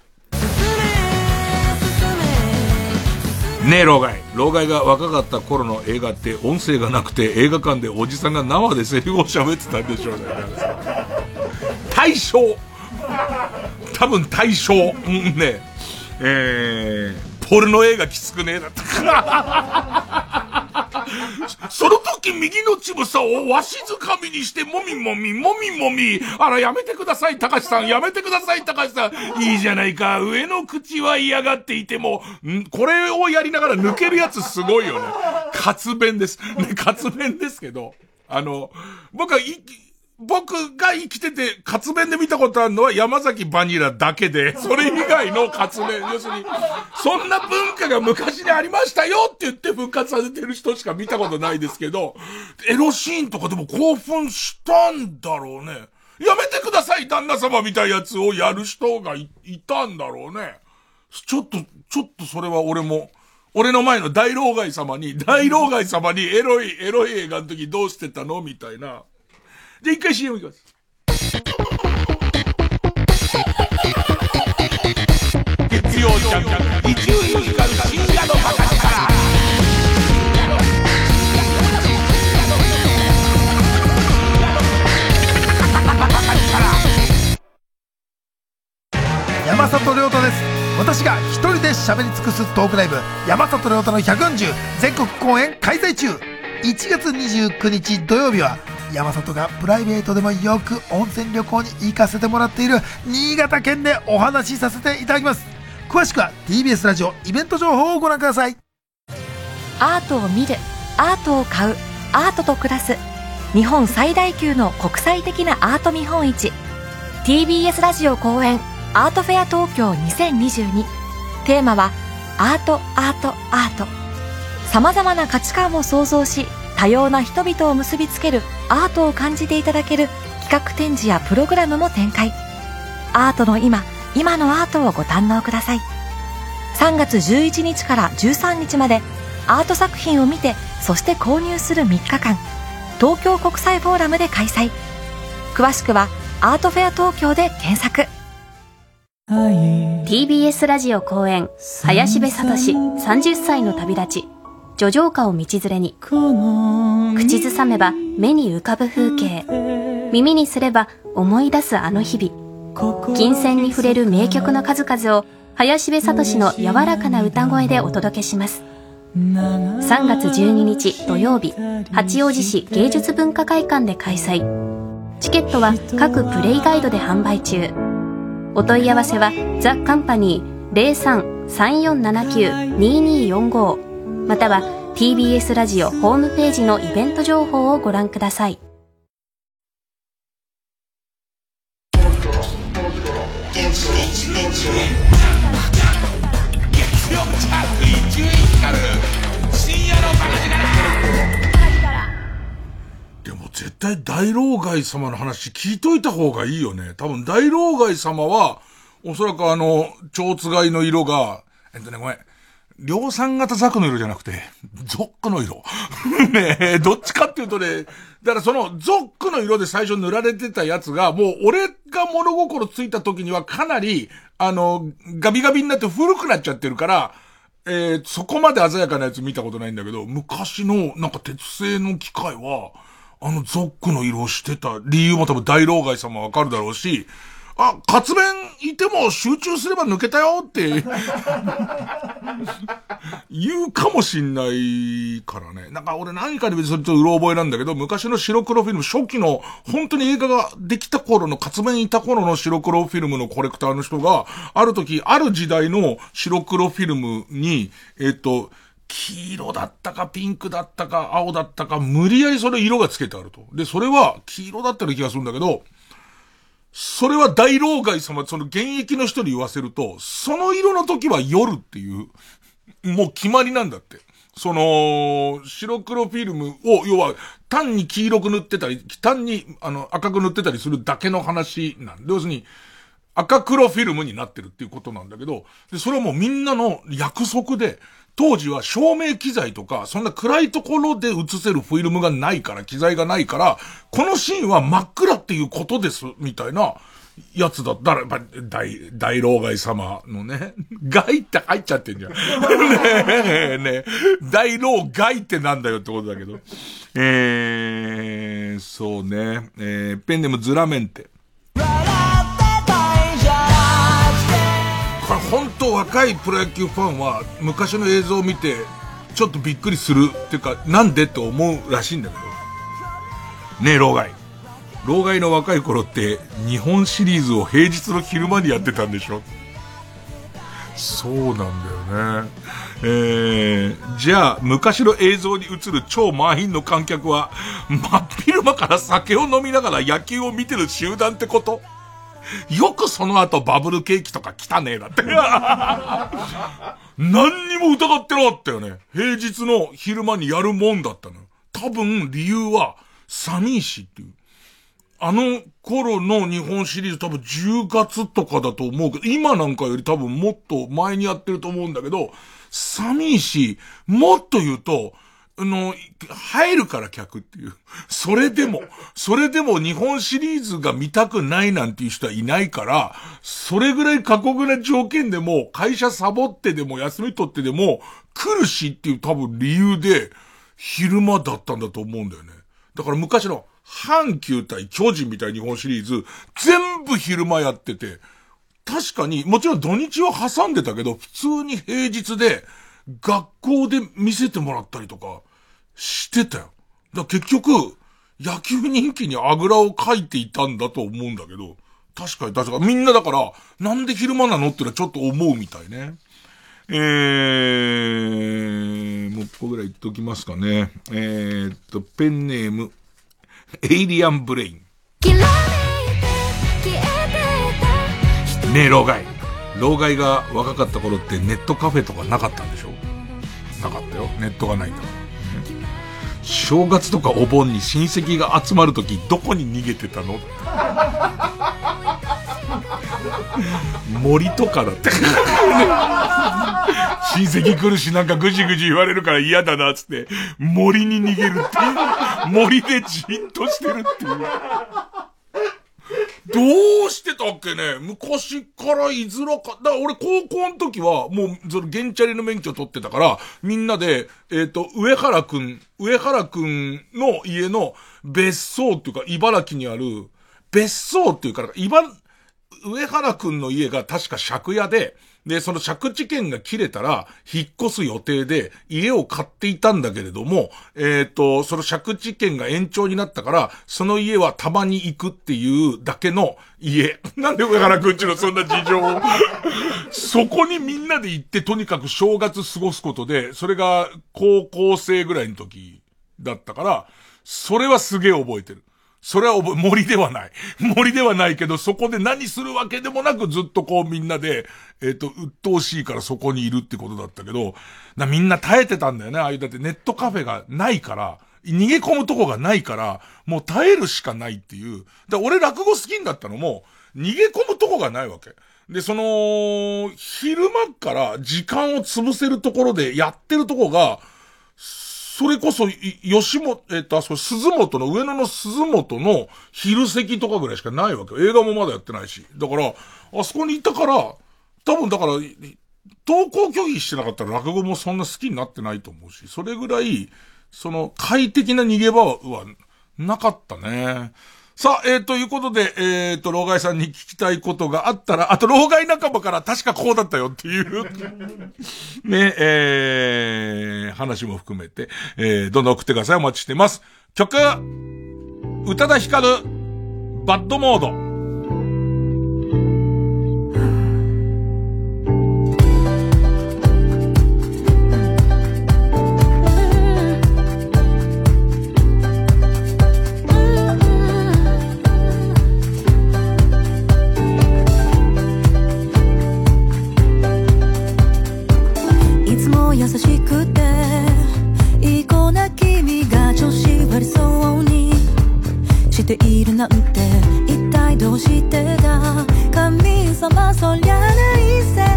ねえ、老害。老害が若かった頃の映画って音声がなくて映画館でおじさんが生でセリフを喋ってたんでしょうね。大正。多分大正。うんね。えー、ポルノ映画きつくねえだった。その時右の乳房をわしづかみにしてもみもみもみもみ。あらやめてください高橋さん、やめてください高橋さん。いいじゃないか。上の口は嫌がっていてもんこれをやりながら抜けるやつすごいよね。活弁ですね。活弁ですけど、あの僕はい僕が生きてて活弁で見たことあるのは山崎バニラだけで、それ以外の活弁、要するにそんな文化が昔にありましたよって言って復活させてる人しか見たことないですけど、エロシーンとかでも興奮したんだろうね。やめてください旦那様みたいなやつをやる人が い, いたんだろうね。ちょっとちょっとそれは俺も俺の前の大老害様に大老害様にエロいエロい映画の時どうしてたのみたいな。で、一回 シーエム いきます。月曜ジャンク、伊集院光る深夜のバカ力。 山里亮太です。私が一人で喋り尽くすトークライブ、山里亮太のひゃくよんじゅう全国公演開催中。いちがつにじゅうくにち土曜日は、山里がプライベートでもよく温泉旅行に行かせてもらっている新潟県でお話しさせていただきます。詳しくは ティービーエス ラジオイベント情報をご覧ください。 アートを見る、アートを買う、アートと暮らす、日本最大級の国際的なアート見本市 ティービーエス ラジオ公演アートフェア東京にせんにじゅうに。テーマはアートアートアート。さまざまな価値観を創造し、多様な人々を結びつけるアートを感じていただける企画展示やプログラムも展開。アートの今、今のアートをご堪能ください。 さんがつじゅういちにちからじゅうさんにちまでアート作品を見て、そして購入するみっかかん、東京国際フォーラムで開催。詳しくはアートフェア東京で検索。 ティービーエス ラジオ公演、林部聡さんじゅっさいの旅立ち、叙情歌を道連れに。口ずさめば目に浮かぶ風景、耳にすれば思い出すあの日々。金銭に触れる名曲の数々を林部聡の柔らかな歌声でお届けします。さんがつじゅうににち土曜日、八王子市芸術文化会館で開催。チケットは各プレイガイドで販売中。お問い合わせはザ・カンパニー ゼロさん さんよんななきゅう にによんご または ティービーエス ラジオホームページのイベント情報をご覧ください。 でも絶対大老害様の話聞いといた方がいいよね。多分大老害様はおそらくあの蝶つがいの色がえっとねごめん量産型ザクの色じゃなくてゾックの色ねえ、どっちかっていうとね、だからそのゾックの色で最初塗られてたやつがもう俺が物心ついた時にはかなりあのガビガビになって古くなっちゃってるから、えー、そこまで鮮やかなやつ見たことないんだけど、昔のなんか鉄製の機械はあのゾックの色をしてた理由も多分大老害様わかるだろうし、あ、活弁いても集中すれば抜けたよって言うかもしんないからね。なんか俺何かで別にそれとうろ覚えなんだけど、昔の白黒フィルム、初期の本当に映画ができた頃の活弁いた頃の白黒フィルムのコレクターの人が、ある時、ある時代の白黒フィルムに、えっと、黄色だったかピンクだったか青だったか無理やりそれ色がつけてあると。で、それは黄色だったような気がするんだけど、それは大老害様、その現役の人に言わせると、その色の時は夜っていう、もう決まりなんだって。その、白黒フィルムを、要は、単に黄色く塗ってたり、単に、あの、赤く塗ってたりするだけの話なんで、要するに、赤黒フィルムになってるっていうことなんだけど、で、それはもうみんなの約束で、当時は照明機材とか、そんな暗いところで映せるフィルムがないから、機材がないから、このシーンは真っ暗っていうことです、みたいなやつだったら、やっぱ大、大老害様のね、害って入っちゃってんじゃん。ねえ、ねえ、大老害ってなんだよってことだけど。えー、そうね、えー、ペンネームズラメンテ。これ本当若いプロ野球ファンは昔の映像を見てちょっとびっくりするっていうかなんでって思うらしいんだけどねえ、老害老害の若い頃って日本シリーズを平日の昼間にやってたんでしょ。そうなんだよね。えー、じゃあ昔の映像に映る超満員の観客は真っ昼間から酒を飲みながら野球を見てる集団ってこと。よくその後バブルケーキとか来たねえだって何にも疑ってなかったよね。平日の昼間にやるもんだったの。多分理由は寒いしっていう。あの頃の日本シリーズ多分じゅうがつとかだと思うけど、今なんかより多分もっと前にやってると思うんだけど、寒いし、もっと言うとあの、入るから客っていう。それでも、それでも日本シリーズが見たくないなんていう人はいないから、それぐらい過酷な条件でも、会社サボってでも休み取ってでも、来るしっていう多分理由で、昼間だったんだと思うんだよね。だから昔の阪急対巨人みたいな日本シリーズ、全部昼間やってて、確かに、もちろん土日は挟んでたけど、普通に平日で、学校で見せてもらったりとかしてたよ。だから結局野球人気にあぐらをかいていたんだと思うんだけど、確かに確かにみんなだからなんで昼間なのってのはちょっと思うみたいね。えー、もう一個ぐらい言っときますかね。えーっとペンネームエイリアンブレイン。ねえ老害。老害が若かった頃ってネットカフェとかなかったんでしょ。なかったよ。ネットがないんだから、ね、正月とかお盆に親戚が集まるときどこに逃げてたの森とかだって。親戚来るしなんかぐじぐじ言われるから嫌だなっつって、森に逃げるっていう。森でじっとしてるっていう。どうしてたっけね、昔からいづらか、だから俺高校の時はもうそのゲンチャリの免許取ってたから、みんなで、えっと、上原くん、上原くんの家の別荘っていうか、茨城にある、別荘っていうか、茨、上原くんの家が確か借家で、で、その借地権が切れたら、引っ越す予定で、家を買っていたんだけれども、えっと、その借地権が延長になったから、その家はたまに行くっていうだけの家。なんで上原くんちのそんな事情を。そこにみんなで行って、とにかく正月過ごすことで、それが高校生ぐらいの時だったから、それはすげえ覚えてる。それは森ではない。森ではないけど、そこで何するわけでもなくずっとこうみんなで、えっと、鬱陶しいからそこにいるってことだったけど、なみんな耐えてたんだよね。ああいう、だってネットカフェがないから、逃げ込むとこがないから、もう耐えるしかないっていう。だ俺落語好きんだったのも、逃げ込むとこがないわけ。で、その、昼間から時間を潰せるところでやってるとこが、それこそ、吉本、えっと、あそこ、鈴本の、上野の鈴本の昼席とかぐらいしかないわけよ。映画もまだやってないし。だから、あそこにいたから、多分だから、登校拒否してなかったら落語もそんな好きになってないと思うし、それぐらい、その、快適な逃げ場は、なかったね。さあ、えー、ということで、えー、と、老害さんに聞きたいことがあったら、あと、老害仲間から確かこうだったよっていう、ね、えー、話も含めて、えー、どんどん送ってください。お待ちしてます。曲、宇多田ヒカル、バッドモード。 優しくていい子な君が調子悪そうにしているなんて一体どうしてだ神様そりゃないぜ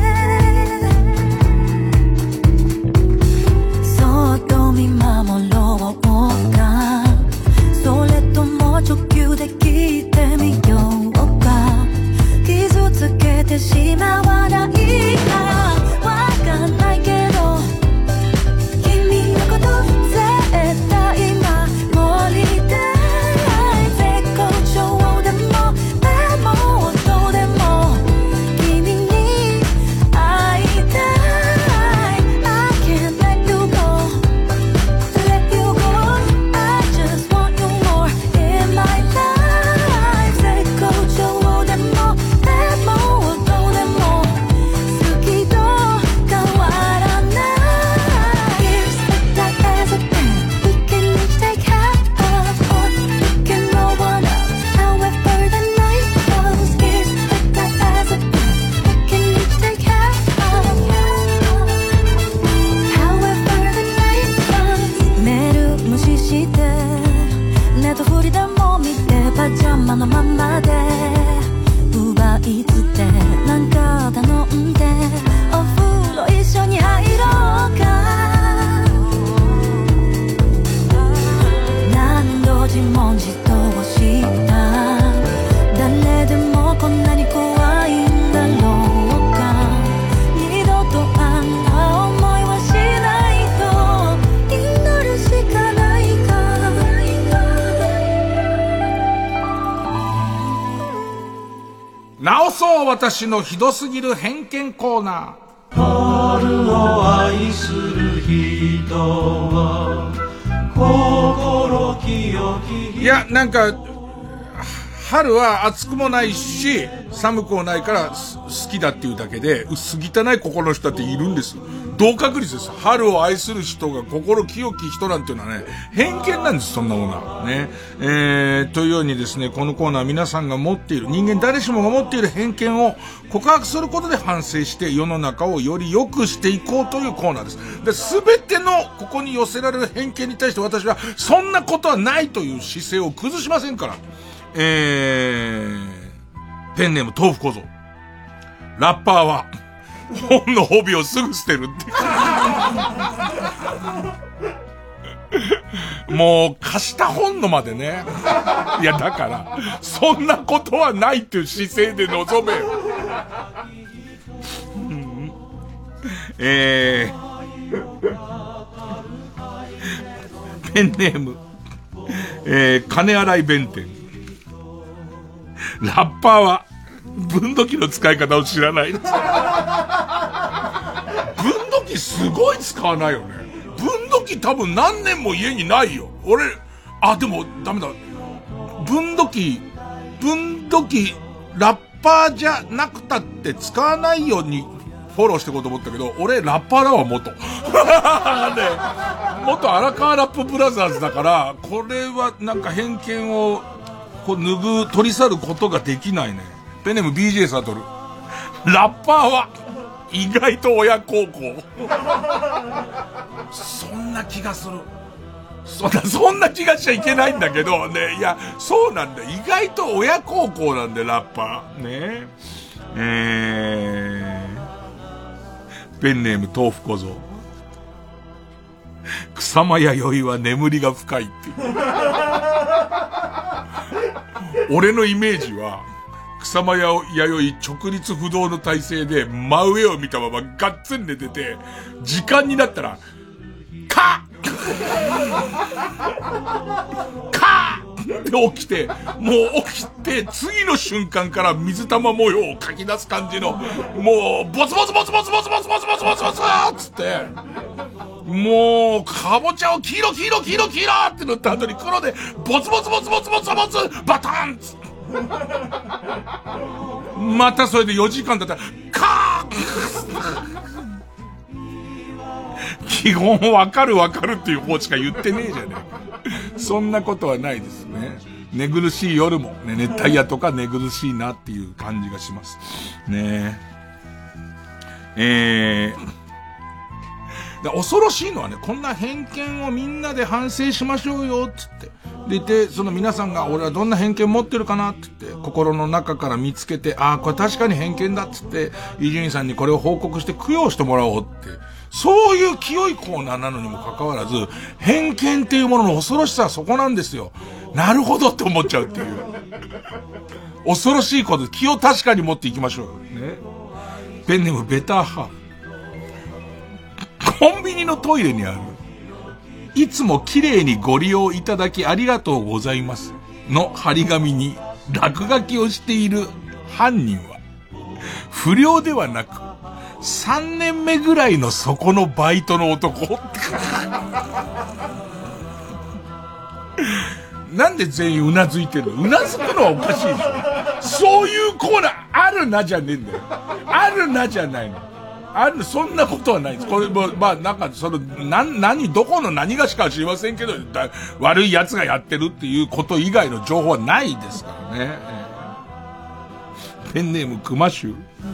そっと見守ろうかそれとも直球で聞いてみようか傷つけてしまわないかわかんないけどのままで奪いつってなんか頼んでお風呂一緒に入ろうか何度自問自答した誰でもこんなに怖いんだろうか二度とあんな思いはしないと祈るしかないか直そう私のひどすぎる偏見コーナー。 春を愛する人は心清き。 いや、なんか春は暑くもないし寒くもないから好きだっていうだけで薄汚い心の人だっているんです。同確率です。春を愛する人が心清き人なんていうのはね、偏見なんです。そんなものはね。えー、というようにですね、このコーナーは皆さんが持っている、人間誰しもが持っている偏見を告白することで反省して世の中をより良くしていこうというコーナーです。で、すべてのここに寄せられる偏見に対して私はそんなことはないという姿勢を崩しませんから。えー、ペンネーム豆腐小僧。 ラッパーは、本の帯をすぐ捨てるって。もう、貸した本のまでね。いや、だから、そんなことはないっていう姿勢で臨めよ。うん、えー、ペンネーム、えー、金洗い弁天。ラッパーは、分度器の使い方を知らない。分度器すごい使わないよね。分度器多分何年も家にないよ。俺、あ、でもダメだ。分度器、分度器、ラッパーじゃなくたって使わないようにフォローしていこうと思ったけど、俺ラッパーだわ、元。ね、元荒川ラップブラザーズだから、これはなんか偏見をこう拭う、取り去ることができないね。ペンネーム ビージェー サトル。ラッパーは意外と親孝行。そんな気がする。そんな、そんな気がしちゃいけないんだけどね。いや、そうなんだ。意外と親孝行なんで、ラッパー。ねえー。ペンネーム豆腐小僧。草間彌生は眠りが深いっていう。俺のイメージは、草間彌生直立不動の体勢で真上を見たままガッツン寝てて、時間になったら、カッカーって起きて、もう起きて、次の瞬間から水玉模様を描き出す感じの、もう、ボツボツボツボツボツボツボツボツボツボツつって、もう、かぼちゃを黄色黄色黄色黄色って塗った後に黒で、ボツボツボツボツボツボツバタンつって、またそれでよじかんだったら、カー基本わかるわかるっていう方しか言ってねえじゃねえ。そんなことはないですね。寝苦しい夜も、ね、熱帯夜とか寝苦しいなっていう感じがします。ねえ。えー、恐ろしいのはね、こんな偏見をみんなで反省しましょうよ、つって。でいて、その皆さんが俺はどんな偏見持ってるかなって言って、心の中から見つけて、ああ、これ確かに偏見だっつって、伊集院さんにこれを報告して供養してもらおうって。そういう清いコーナーなのにもかかわらず、偏見っていうものの恐ろしさはそこなんですよ。なるほどって思っちゃうっていう。恐ろしいこと、気を確かに持っていきましょうよ。ね。ペンネームベターハーフ。コンビニのトイレにある、いつも綺麗にご利用いただきありがとうございますの張り紙に落書きをしている犯人は、不良ではなく、さんねんめぐらいのそこのバイトの男。なんで全員うなずいてるの？うなずくのはおかしいでしょ。そういうコーナーあるなじゃねえんだよ。あるなじゃないの。ある、そんなことはないです。これも、まあ、なんか、その、な、何、どこの何がしかは知りませんけど、だ悪い奴がやってるっていうこと以外の情報はないですからね。ペンネーム熊衆。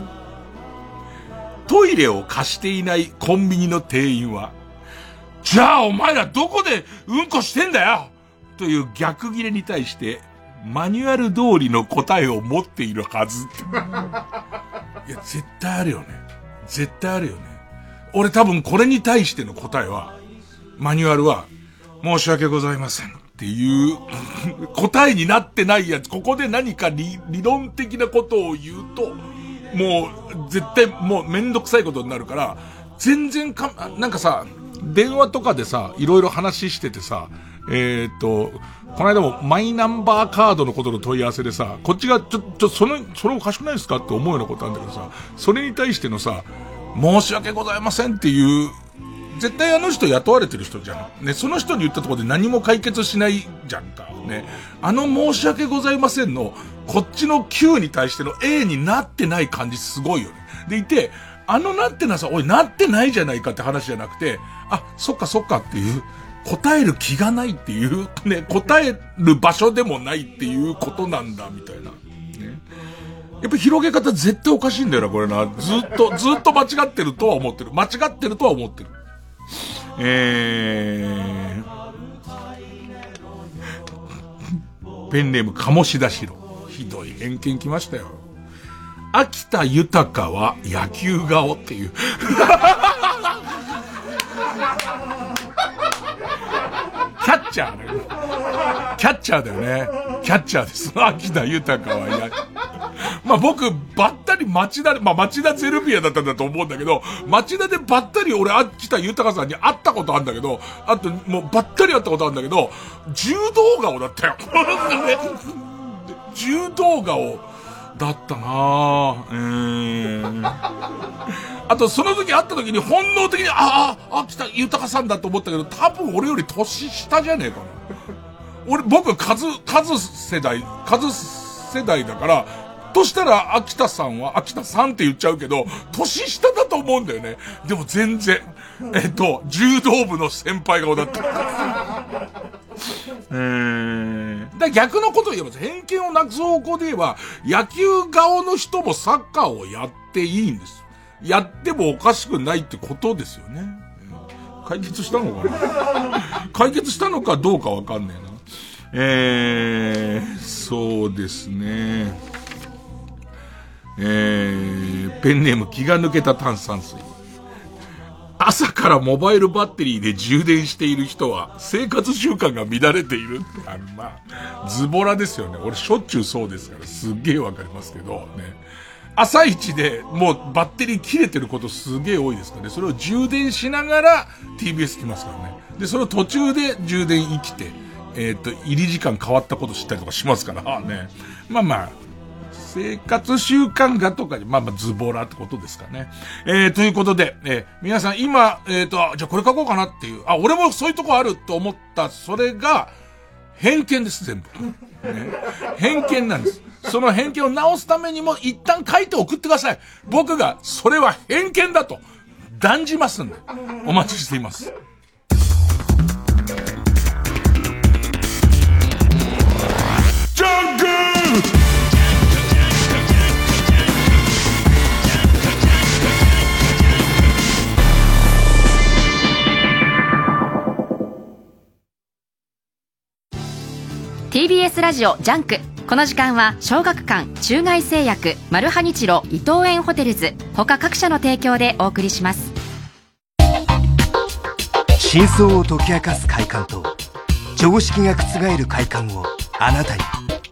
トイレを貸していないコンビニの店員は、じゃあお前らどこでうんこしてんだよという逆ギレに対して、マニュアル通りの答えを持っているはず。いや、絶対あるよね。絶対あるよね。俺多分これに対しての答えは、マニュアルは、申し訳ございませんっていう答えになってないやつ。ここで何か 理, 理論的なことを言うと、もう絶対もうめんどくさいことになるから、全然か、なんかさ、電話とかでさ、いろいろ話しててさ、えーっと、この間もマイナンバーカードのことの問い合わせでさ、こっちがちょ、ちょ、その、それおかしくないですかって思うようなことあるんだけどさ、それに対してのさ、申し訳ございませんっていう、絶対あの人雇われてる人じゃん。ね、その人に言ったところで何も解決しないじゃんか。ね。あの申し訳ございませんの、こっちの Q に対しての A になってない感じすごいよね。でいて、あのなってなさ、おいなってないじゃないかって話じゃなくて、あ、そっかそっかっていう、答える気がないっていう、ね、答える場所でもないっていうことなんだ、みたいな。ね。やっぱ広げ方絶対おかしいんだよな、これな。ずっと、ずっと間違ってるとは思ってる。間違ってるとは思ってる。えー、ペンネーム鴨志田白。ひどい偏見きましたよ。 秋田豊は野球顔っていう。キャッチャーだよね。キャッチャーだよね。キャッチャーです。秋田豊はや、まあ僕、ばったり町田で、まあ町田ゼルビアだったんだと思うんだけど、町田でばったり俺秋田豊さんに会ったことあるんだけど、あともうばったり会ったことあるんだけど、柔道顔だったよ。柔道顔だったなぁ。えー、あとその時会った時に本能的に、ああ、秋田豊さんだと思ったけど、多分俺より年下じゃねえかな。俺、僕、数、数世代、数世代だから、としたら、秋田さんは、秋田さんって言っちゃうけど、年下だと思うんだよね。でも全然、えっと、柔道部の先輩顔だった。えー、だ逆のことを言えば、偏見をなくす方向で言えば、野球顔の人もサッカーをやっていいんです。やってもおかしくないってことですよね。解決したのかな解決したのかどうかわかんねえな。えー、そうですね。えー、ペンネーム気が抜けた炭酸水。朝からモバイルバッテリーで充電している人は生活習慣が乱れている。あの、まあ、ズボラですよね。俺しょっちゅうそうですからすっげえわかりますけどね。朝一でもうバッテリー切れてることすげえ多いですからね。それを充電しながら ティービーエス 来ますからね。で、それを途中で充電生きて、えっと、入り時間変わったこと知ったりとかしますからね。まあまあ、生活習慣がとかに、まあまあズボラってことですかね。えー、ということで、えー、皆さん今、えっと、じゃあこれ書こうかなっていう、あ、俺もそういうとこあると思った、それが、偏見です、全部。ね、偏見なんです。その偏見を直すためにも一旦書いて送ってください。僕が、それは偏見だと、断じますんで、お待ちしています。ジャンクティービーエス ラジオジャンク。この時間は小学館、中外製薬、マルハニチロ、伊藤園ホテルズ他各社の提供でお送りします。 真相を解き明かす快感と常識が覆る快感をあなたに。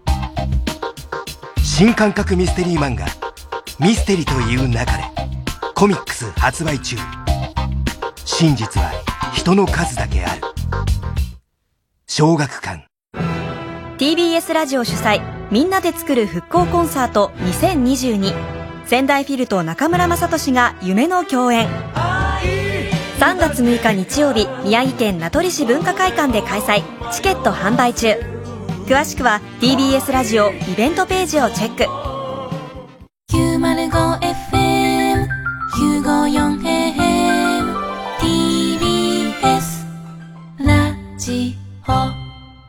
新感覚ミステリー漫画ミステリという中でコミックス発売中。真実は人の数だけある。小学館。 ティービーエス ラジオ主催みんなで作る復興コンサートにせんにじゅうに。仙台フィルと中村雅俊が夢の共演。さんがつむいか日曜日、宮城県名取市文化会館で開催。チケット販売中。詳しくは ティービーエス ラジオイベントページをチェック。 きゅうまるごエフエム きゅうごよんエーエム ティービーエス ラジオ。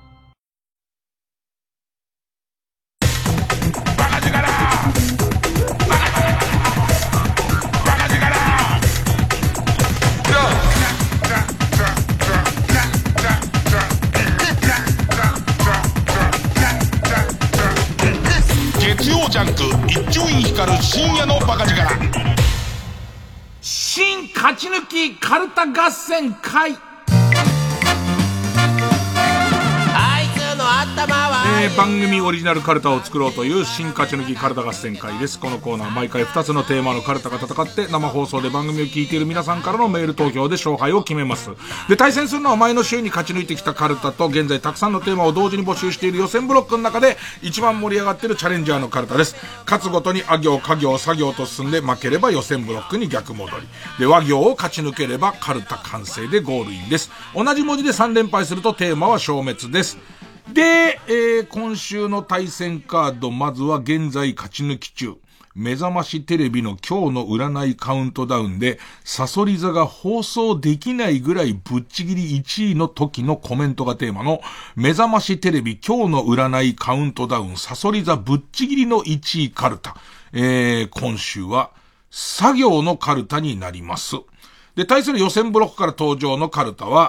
ジャンク一丁院光る深夜のバカ力。新勝ち抜きカルタ合戦会。 あいつの頭は、 えー、番組オリジナルカルタを作ろうという新勝ち抜きカルタ合戦会です。このコーナー毎回ふたつのテーマのカルタが戦って生放送で番組を聞いている皆さんからのメール投票で勝敗を決めます。で、対戦するのは前の週に勝ち抜いてきたカルタと現在たくさんのテーマを同時に募集している予選ブロックの中で一番盛り上がっているチャレンジャーのカルタです。勝つごとにあ行、家行、作業と進んで負ければ予選ブロックに逆戻りで、和行を勝ち抜ければカルタ完成でゴールインです。同じ文字でさん連敗するとテーマは消滅です。で、えー、今週の対戦カード、まずは現在勝ち抜き中。目覚ましテレビの今日の占いカウントダウンで、サソリ座が放送できないぐらいぶっちぎりいちいの時のコメントがテーマの、目覚ましテレビ今日の占いカウントダウン、サソリ座ぶっちぎりのいちいカルタ。えー、今週は、作業のカルタになります。で、対する予選ブロックから登場のカルタは、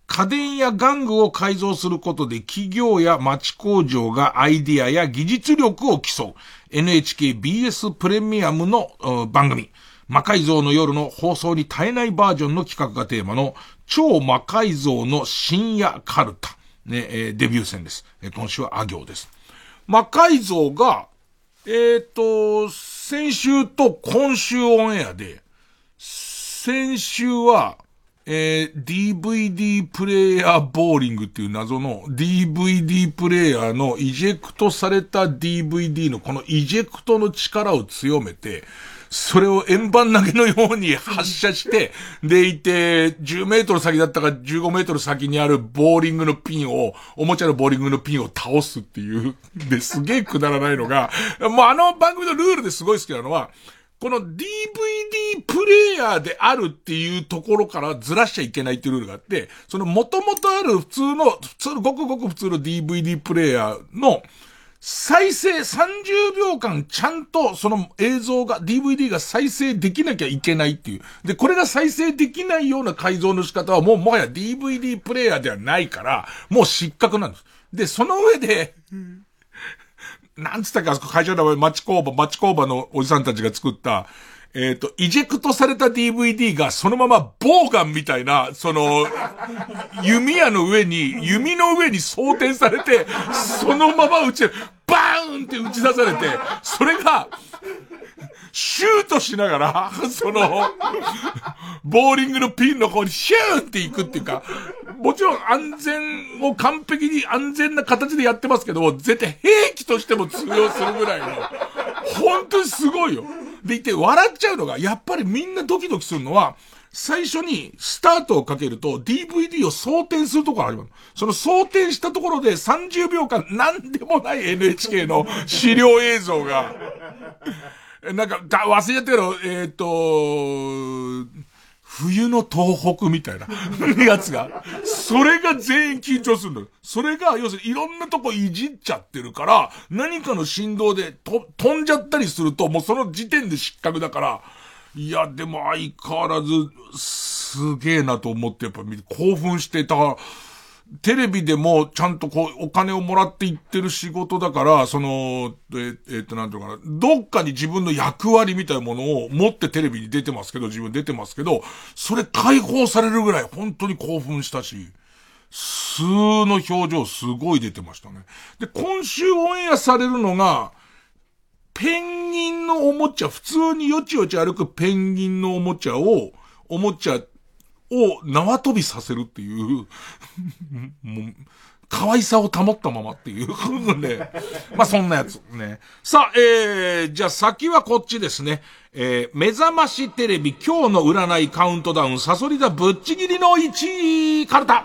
家電や玩具を改造することで企業や町工場がアイディアや技術力を競う エヌエイチケービーエス プレミアムの番組魔改造の夜の放送に絶えないバージョンの企画がテーマの超魔改造の深夜カルタ、ねえー、デビュー戦です。えー、今週はあ行です。魔改造がえっと先週と今週オンエアで、先週はえー、ディーブイディー プレイヤーボーリングっていう謎の ディーブイディー プレイヤーのイジェクトされた ディーブイディー のこのイジェクトの力を強めて、それを円盤投げのように発射して、でいて、じゅうメートル先だったかじゅうごメートル先にあるボーリングのピンを、おもちゃのボーリングのピンを倒すっていう、で、すげえくだらないのが、もうあの番組のルールですごい好きなのは、この ディーブイディー プレイヤーであるっていうところからずらしちゃいけないっていうルールがあって、その元々ある普通の、普通のごくごく普通の ディーブイディー プレイヤーの再生さんじゅうびょうかんちゃんとその映像が、ディーブイディー が再生できなきゃいけないっていう。で、これが再生できないような改造の仕方はもうもはや ディーブイディー プレイヤーではないから、もう失格なんです。で、その上で、なんつったっけ、あそこ会社の名前、町工場、町工場のおじさんたちが作った、えっと、イジェクトされた ディーブイディー がそのままボウガンみたいな、その、弓矢の上に、弓の上に装填されて、そのまま撃ち、バーンって撃ち出されて、それが、シュートしながら、その、ボーリングのピンの方にシューンっていくっていうか、もちろん安全を完璧に安全な形でやってますけども、絶対兵器としても通用するぐらいの、本当にすごいよ。でいて笑っちゃうのが、やっぱりみんなドキドキするのは、最初にスタートをかけると ディーブイディー を装填するところがあります。その装填したところでさんじゅうびょうかんなんでもない エヌエイチケー の資料映像が、なんか、だ忘れちゃったけど、えっと、冬の東北みたいなやつが、それが全員緊張するんだよ。それが、要するにいろんなとこいじっちゃってるから、何かの振動でと飛んじゃったりすると、もうその時点で失格だから、いや、でも相変わらず、すげえなと思って、やっぱ興奮してた。テレビでもちゃんとこうお金をもらっていってる仕事だから、その、え、えっとなんていうかな、どっかに自分の役割みたいなものを持ってテレビに出てますけど、自分出てますけど、それ解放されるぐらい本当に興奮したし、素の表情すごい出てましたね。で、今週オンエアされるのが、ペンギンのおもちゃ、普通によちよち歩くペンギンのおもちゃを、おもちゃ、を縄跳びさせるっていう、もう、可愛さを保ったままっていうね。まあ、そんなやつね。さあ、えー、じゃあ先はこっちですね。えー、目覚ましテレビ今日の占いカウントダウン、サソリ座ぶっちぎりのいちいカルタ。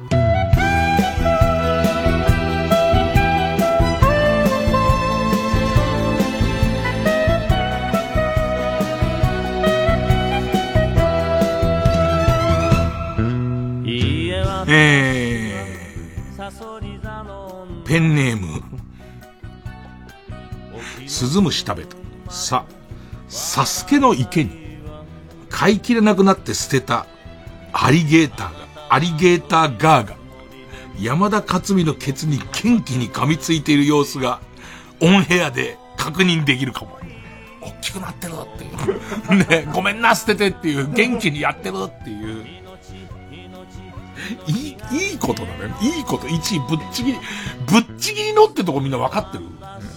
えー、ペンネームスズムシ食べた。さ、サスケの池に飼いきれなくなって捨てたアリゲーターがアリゲーターガーが山田勝美のケツに元気に噛みついている様子がオンヘアで確認できるかも。大きくなってるっていうね、ごめんな捨ててっていう、元気にやってるっていう、いい、いいことだね。いいこと。いちいぶっちぎり、ぶっちぎりのってとこみんなわかってる、ね、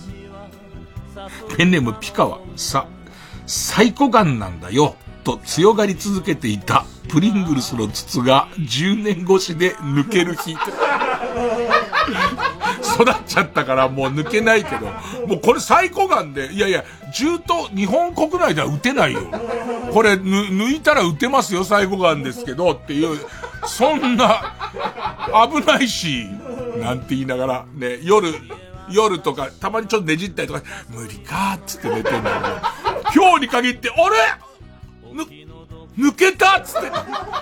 ペンネームピカワ。さ、サイコガンなんだよ。と強がり続けていたプリングルスの筒がじゅうねん越しで抜ける日。育っちゃったからもう抜けないけど、もうこれサイコガンで、いやいや、銃刀、日本国内では撃てないよ。これ、ぬ、抜いたら撃てますよ、サイコガンですけど、っていう、そんな、危ないし、なんて言いながら、ね、夜、夜とか、たまにちょっとねじったりとか、無理かーっつって寝てんだけど、今日に限って、あれぬ、抜けたっつって、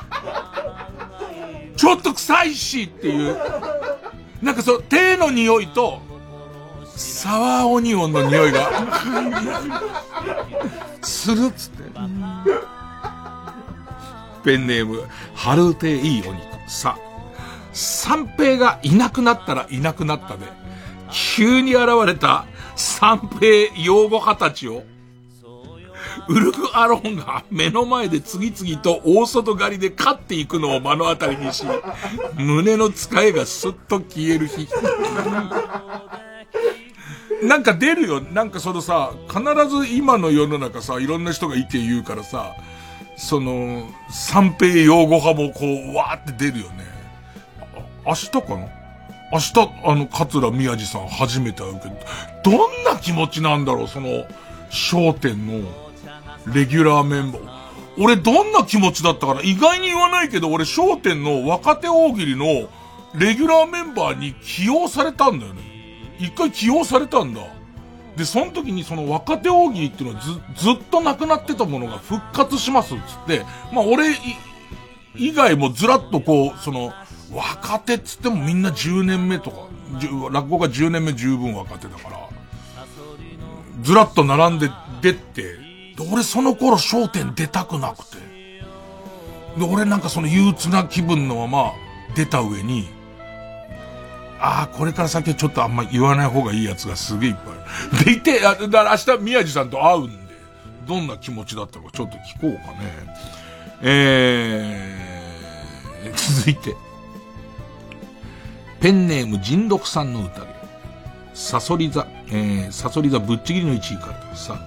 ちょっと臭いしっていう、なんかそう、手の匂いと、サワーオニオンの匂いが、するっつって。ペンネーム、ハルテイオニコ。さ、 三平がいなくなったらいなくなったで、急に現れた三平擁護派たちを、ウルフ・アロンが目の前で次々と大外刈りで勝っていくのを目の当たりにし、胸の使いがスッと消える日。なんか出るよ。なんかそのさ、必ず今の世の中さ、いろんな人が意見言うからさ、その、三平擁護派もこう、わーって出るよね。明日かな明日、あの、桂宮治さん初めて会うけど、どんな気持ちなんだろう、その、笑点の、レギュラーメンバー。俺どんな気持ちだったかな。意外に言わないけど、俺笑点の若手大喜利のレギュラーメンバーに起用されたんだよね。一回起用されたんだ。で、その時にその若手大喜利っていうのはず、ずっとなくなってたものが復活しますっつって、まあ俺以外もずらっとこう、その、若手っつってもみんなじゅうねんめとか、落語がじゅうねんめ十分若手だから、ずらっと並んで出て、で俺その頃笑点出たくなくて。で、俺なんかその憂鬱な気分のまま出た上に、ああ、これから先はちょっとあんま言わない方がいいやつがすげえいっぱい。でいて、だから明日宮治さんと会うんで、どんな気持ちだったかちょっと聞こうかね。えー、続いて。ペンネーム人六さんの歌で、サソリ座、えー、サソリ座ぶっちぎりのいちいからさ、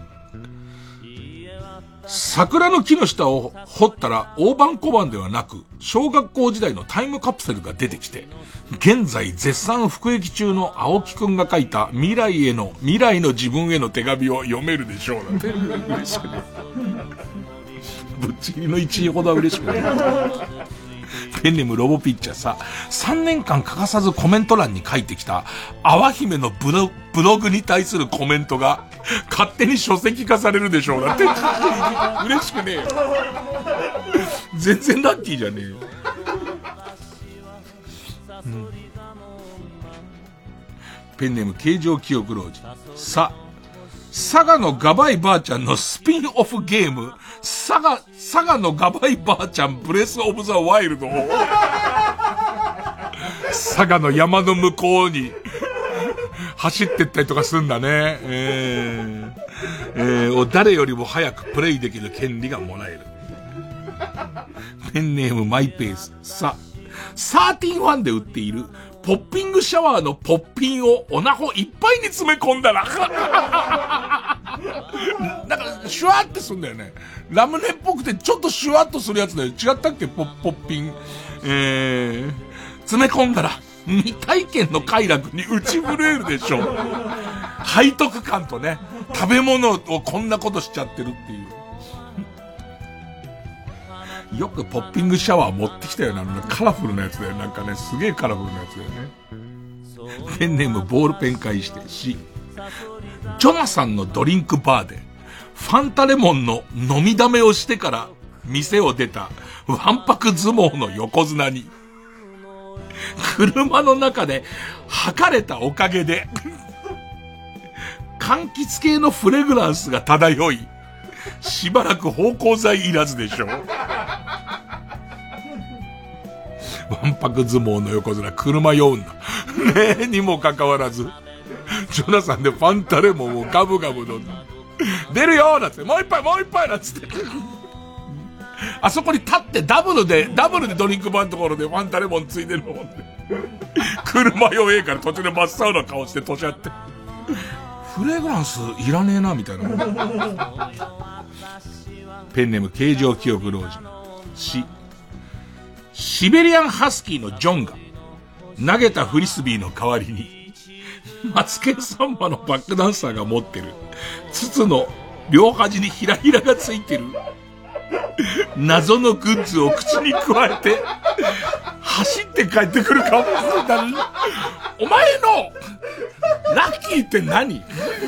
桜の木の下を掘ったら大判小判ではなく、小学校時代のタイムカプセルが出てきて、現在絶賛服役中の青木くんが書いた未来への、未来の自分への手紙を読めるでしょうなんて。嬉しくね。ぶっちぎりのいちいほどは嬉しくない。ペンネームロボピッチャーさ、さんねんかん欠かさずコメント欄に書いてきた、淡姫のブロ、ブログに対するコメントが、勝手に書籍化されるでしょうなんて。嬉しくねえよ。全然ラッキーじゃねえよ。うん、ペンネーム形状記憶老人さ、佐賀のガバイばあちゃんのスピンオフゲーム、佐賀、佐賀のガバイばあちゃんブレスオブザワイルドを佐賀の山の向こうに走ってったりとかすんだね。えー、えー、を誰よりも早くプレイできる権利がもらえる。ペンネームマイペースさ、サーティーファンで売っているポッピングシャワーのポッピンをオナホいっぱいに詰め込んだらなんかシュワーってすんだよね。ラムネっぽくてちょっとシュワーっとするやつだよ。違ったっけ？ポッポッピン、えー、詰め込んだら未体験の快楽に打ち震えるでしょう。背徳感とね、食べ物をこんなことしちゃってるっていう。よくポッピングシャワー持ってきたよな、カラフルなやつだよ。なんかね、すげえカラフルなやつだよね。ペンネームボールペン返してし、ジョナサンのドリンクバーでファンタレモンの飲みだめをしてから店を出たわんぱく相撲の横綱に車の中で吐かれたおかげで柑橘系のフレグランスが漂い、しばらく芳香剤いらずでしょう。わんぱく相撲の横綱車酔うんだねえにもかかわらずジョナサンでファンタレモンをガブガブ飲んだ。出るよーなんつって、もう一杯もう一杯なんつってあそこに立ってダブルでダブルでドリンクバーのところでファンタレモンついでるもんで車酔ええから途中で真っ青な顔して年やってフレグランスいらねえなみたいなペンネーム形状記憶老人し、シベリアンハスキーのジョンが投げたフリスビーの代わりにマツケンサンバのバックダンサーが持ってる筒の両端にヒラヒラがついてる謎のグッズを口に加えて走って帰ってくるかもしれない。お前のラッキーって何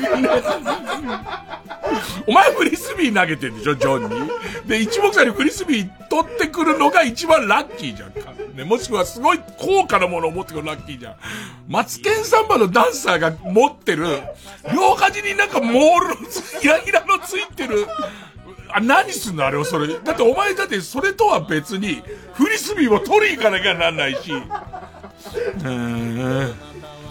お前フリスビー投げてんでしょジョンに。で一目散にフリスビー取ってくるのが一番ラッキーじゃんか、ね、もしくはすごい高価なものを持ってくるラッキーじゃん。マツケンサンバのダンサーが持ってる両端になんかモールのヒラヒラのついてるあ、何すんのあれをそれ。だってお前だってそれとは別にフリスビーを取りに行かなきゃなんないし、 ー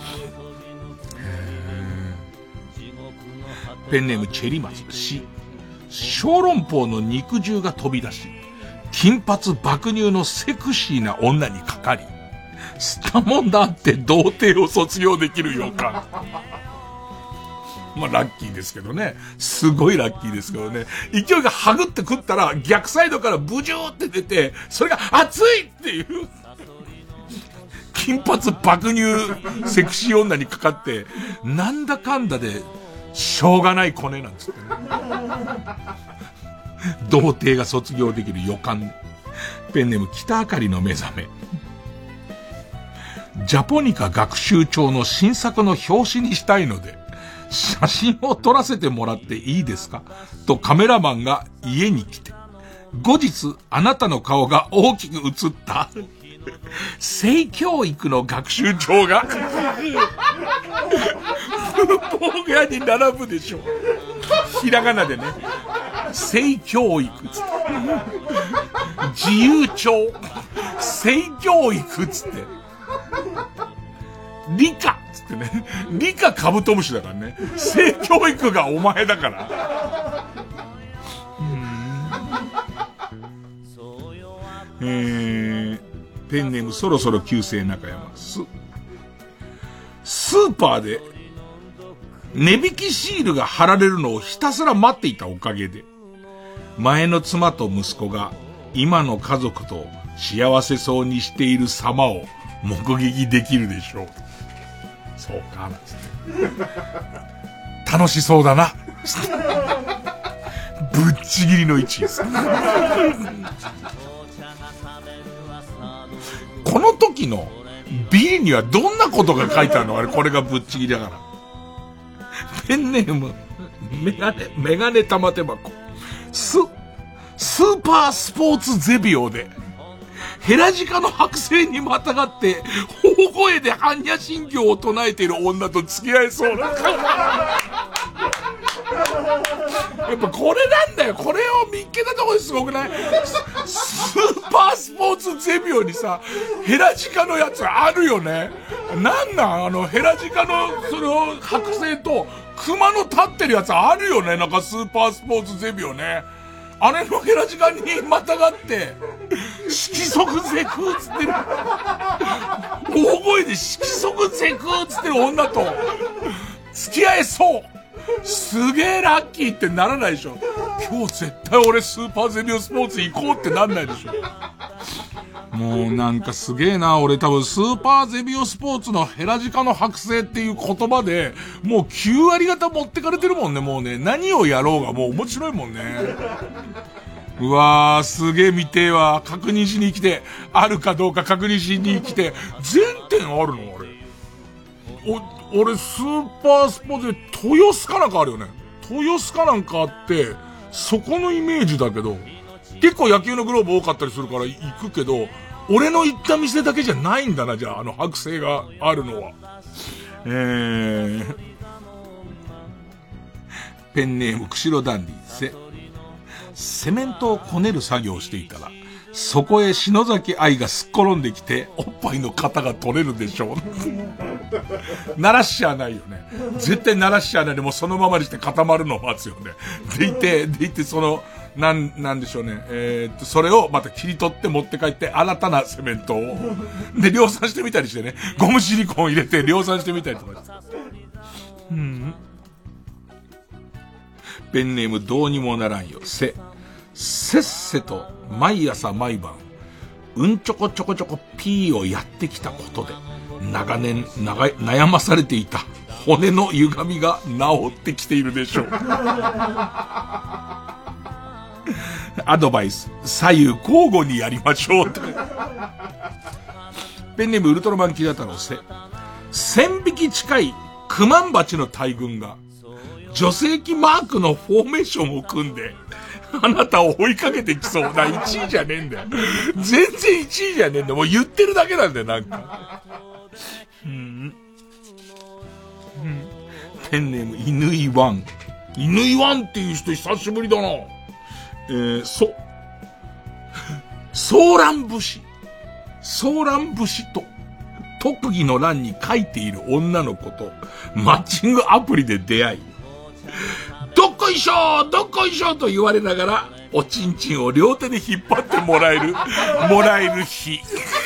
ペンネームチェリマツ。し、小籠包の肉汁が飛び出し、金髪爆乳のセクシーな女にかかり、スタモンだって童貞を卒業できる予感。まあラッキーですけどね。すごいラッキーですけどね。勢いがはぐって食ったら逆サイドからブジューって出て、それが熱いっていう。金髪爆乳セクシー女にかかって、なんだかんだでしょうがないコネなんつってね。童貞が卒業できる予感。ペンネーム北あかりの目覚め。ジャポニカ学習帳の新作の表紙にしたいので、写真を撮らせてもらっていいですかとカメラマンが家に来て、後日あなたの顔が大きく写った性教育の学習帳が文房具屋に並ぶでしょ。ひらがなでね、性教育つって自由帳性教育つって理科つってね、理科カブトムシだからね、性教育がお前だから。うーん、えー、ペンネームそろそろ旧姓中山。ススーパーで値引きシールが貼られるのをひたすら待っていたおかげで、前の妻と息子が今の家族と幸せそうにしている様を目撃できるでしょう。そうか、なんつって楽しそうだなぶっちぎりの一位です。この時の B にはどんなことが書いてあるの？あれ、これがぶっちぎりだから。ペンネームメガネメガネ玉手箱。ススーパースポーツゼビオでヘラジカの剥製にまたがって大声で般若心経を唱えている女と付き合えそうな。やっぱこれなんだよ。これを見っけたところですごくない？スーパースポーツゼビオにさ、ヘラジカのやつあるよね。なんなんあのヘラジカのそれを剥製と熊の立ってるやつあるよね。なんかスーパースポーツゼビオね。あれのヘラジカにまたがって色即是空つってる大声で色即是空つってる女と付き合えそう。すげえラッキーってならないでしょ。今日絶対俺スーパーゼビオスポーツ行こうってなんないでしょ。もうなんかすげえな。俺多分スーパーゼビオスポーツのヘラジカの剥製っていう言葉でもうきゅう割方持ってかれてるもんね。もうね、何をやろうがもう面白いもんね。うわー、すげえ見てーわ。確認しに来て、あるかどうか確認しに来て、全店あるのあれ。お、俺スーパースポーツで豊洲かなんかあるよね。豊洲かなんかあって、そこのイメージだけど、結構野球のグローブ多かったりするから行くけど、俺の行った店だけじゃないんだな、じゃあ、あの剥製があるのは。えー、ペンネーム釧路ダンディ。せ、セメントをこねる作業をしていたら、そこへ篠崎愛がすっ転んできて、おっぱいの型が取れるでしょう。鳴らしちゃないよね。絶対鳴らしちゃないで、もうそのままにして固まるのを待つよね。でいて、でいて、その、なん、なんでしょうね。えー、っと、それをまた切り取って持って帰って、新たなセメントを。で、量産してみたりしてね。ゴムシリコン入れて量産してみたりとかして。うん。ペンネームどうにもならんよ。せ、せっせと毎朝毎晩、うんちょこちょこちょこピーをやってきたことで、長年長い悩まされていた骨の歪みが治ってきているでしょう。アドバイス、左右交互にやりましょう。ペンネームウルトラマンキラタのせ、千匹近いクマンバチの大群が女性器マークのフォーメーションを組んであなたを追いかけてきそうな。いちいじゃねえんだよ。全然いちいじゃねえんだよ。もう言ってるだけなんだよ、なんか。うん。うん。ペンネーム、犬井ワン。犬井ワンっていう人久しぶりだな。えー、そ、ソーラン節。ソーラン節と、 特技の欄に書いている女の子とマッチングアプリで出会い、どっこいしょどっこいしょと言われながらおちんちんを両手で引っ張ってもらえるもらえる日。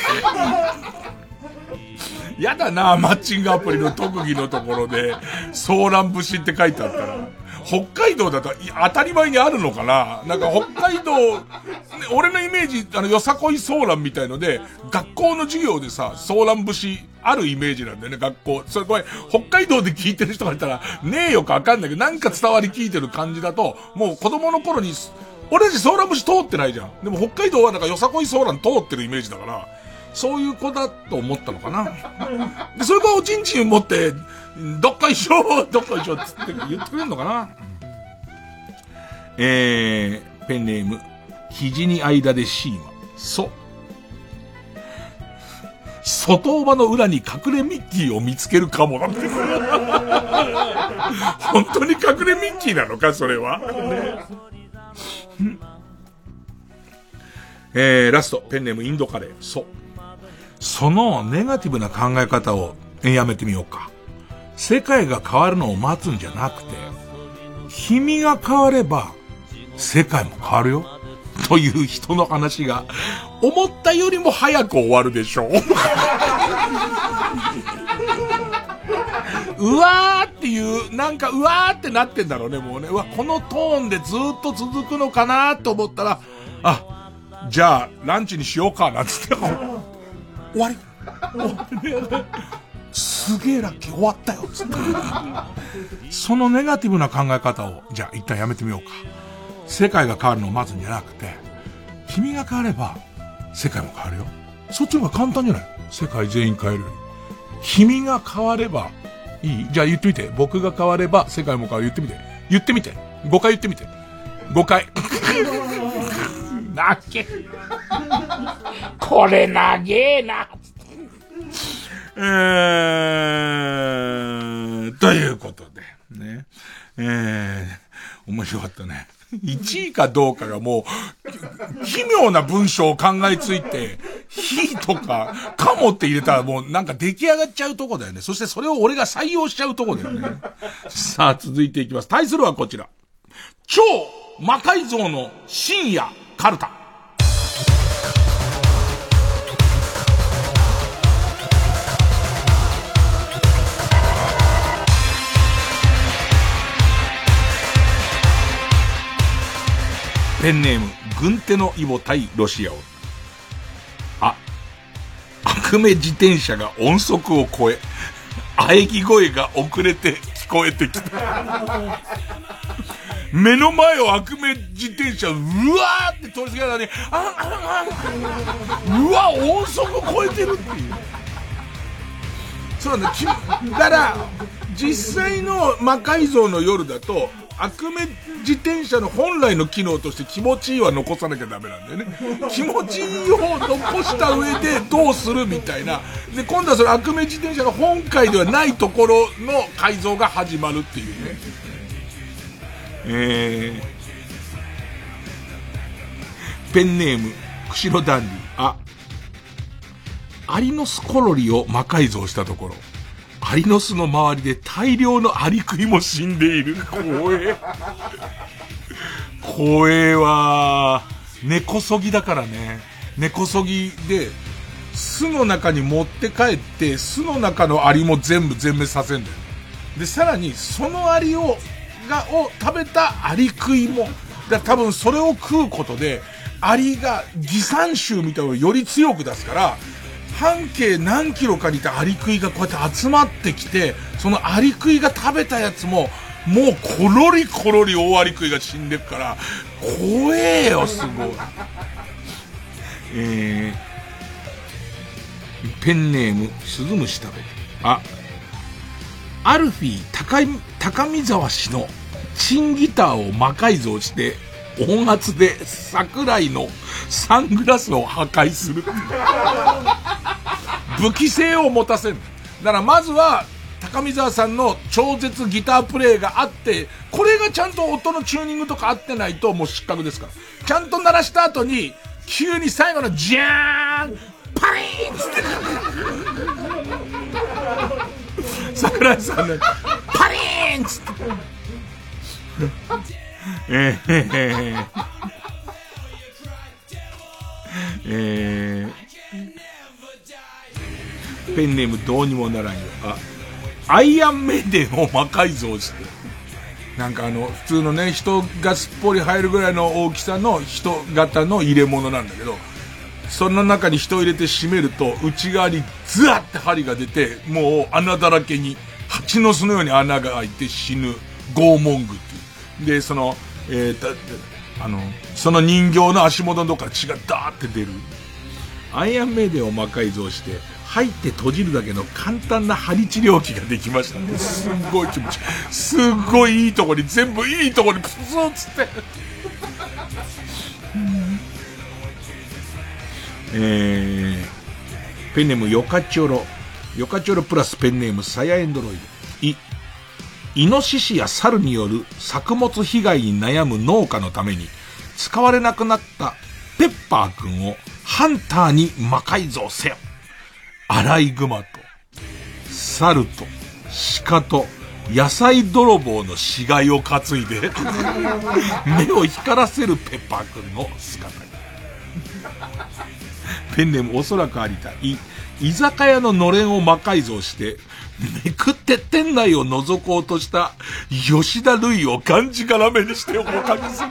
やだな、マッチングアプリの特技のところでソーラン節って書いてあったら、北海道だと当たり前にあるのかな。なんか北海道、俺のイメージ、あのよさこいソーランみたいので学校の授業でさ、ソーラン節あるイメージなんだよね、学校。それこれ北海道で聞いてる人がいたらねえよかわかんないけど、なんか伝わり聞いてる感じだと、もう子供の頃に俺たちソーラン節通ってないじゃん。でも北海道はなんかよさこいソーラン通ってるイメージだから、そういう子だと思ったのかな。で、それからおちんちん持って、どっか一緒どっか一緒つって言ってくれるのかな。えー、ペンネーム、肘に間でシーマ。そ。外場の裏に隠れミッキーを見つけるかもなんて。本当に隠れミッキーなのか、それは。ね、えー、ラスト、ペンネームインドカレー。そ。そのネガティブな考え方をやめてみようか。世界が変わるのを待つんじゃなくて、君が変われば世界も変わるよという人の話が思ったよりも早く終わるでしょう。うわーっていう、なんかうわーってなってんだろうね、もうね。うわ、このトーンでずっと続くのかなと思ったら、あ、じゃあランチにしようかなつって終わり。すげえラッキー終わったよつって。そのネガティブな考え方をじゃあ一旦やめてみようか。世界が変わるのを待つんじゃなくて、君が変われば世界も変わるよ。そっちの方が簡単じゃない。世界全員変えるより君が変わればいい。じゃあ言ってみて。僕が変われば世界も変わる。言ってみて。言ってみて。ごかい言ってみて。ごかい。なっけ。これなげーな。えー、ということで、ね。えー、面白かったね。いちいかどうかがもう、奇妙な文章を考えついて、ひとか、かもって入れたらもうなんか出来上がっちゃうとこだよね。そしてそれを俺が採用しちゃうとこだよね。さあ、続いていきます。対するはこちら。超魔改造の深夜カルタ。ペンネーム、軍手のイボ対ロシアを。あ、悪名自転車が音速を超え、喘ぎ声が遅れて聞こえてきた。目の前を悪名自転車、うわーって通り過ぎたのに、あああうわ、音速を超えてるっていう。そうなんだ。だから、実際の魔改造の夜だと、悪名自転車の本来の機能として気持ちいいは残さなきゃダメなんだよね。気持ちいいを残した上でどうするみたいな。で、今度はその悪名自転車の本回ではないところの改造が始まるっていうね。えー、ペンネーム、釧路ダンディ。あ、アリの巣コロリを魔改造したところ、アリの巣の周りで大量のアリクイも死んでいる。怖え。怖えわ。根こそぎだからね。根こそぎで、巣の中に持って帰って、巣の中のアリも全部全滅させんだよ。で、さらに、そのアリを、が、を食べたアリクイも、だ多分それを食うことで、アリが擬酸臭みたいなのをより強く出すから、半径何キロかにいたアリクイがこうやって集まってきて、そのアリクイが食べたやつも、もうコロリコロリ大アリクイが死んでくから、怖えよ、すごい。えー、ペンネーム、スズムシ食べ。あ、アルフィー高い、高見沢氏のチンギターを魔改造して、音圧で桜井のサングラスを破壊する。武器性を持たせる。だからまずは高見沢さんの超絶ギタープレイがあって、これがちゃんと音のチューニングとか合ってないともう失格ですから。ちゃんと鳴らした後に急に最後のジャーンパリーンつって桜井さんね、パリーンつって。えー、えー、えー、ペンネームどうにもならんよ。あ、アイアンメイデンを魔改造して。なんかあの、普通のね、人がすっぽり入るぐらいの大きさの人型の入れ物なんだけど、その中に人を入れて閉めると、内側にズワッて針が出て、もう穴だらけに、蜂の巣のように穴が開いて死ぬ、拷問具っていう。で、その、えー、た、あの、その人形の足元のとこから血がダーって出る。アイアンメイデンを魔改造して、入って閉じるだけの簡単な針治療器ができましたね。すっごい気持ちいい。すっごいいいとこに、全部いいとこにプツンつって。えー、ペンネームヨカチョロ。ヨカチョロプラスペンネームサヤエンドロイド。い、イノシシやサルによる作物被害に悩む農家のために使われなくなったペッパーくんをハンターに魔改造せよ。アライグマとサルと鹿と野菜泥棒の死骸を担いで目を光らせるペッパーくんの姿に。ペンネームおそらく有田。い、居酒屋ののれんを魔改造してめくって店内を覗こうとした吉田類をがんじがらめにして捕獲する。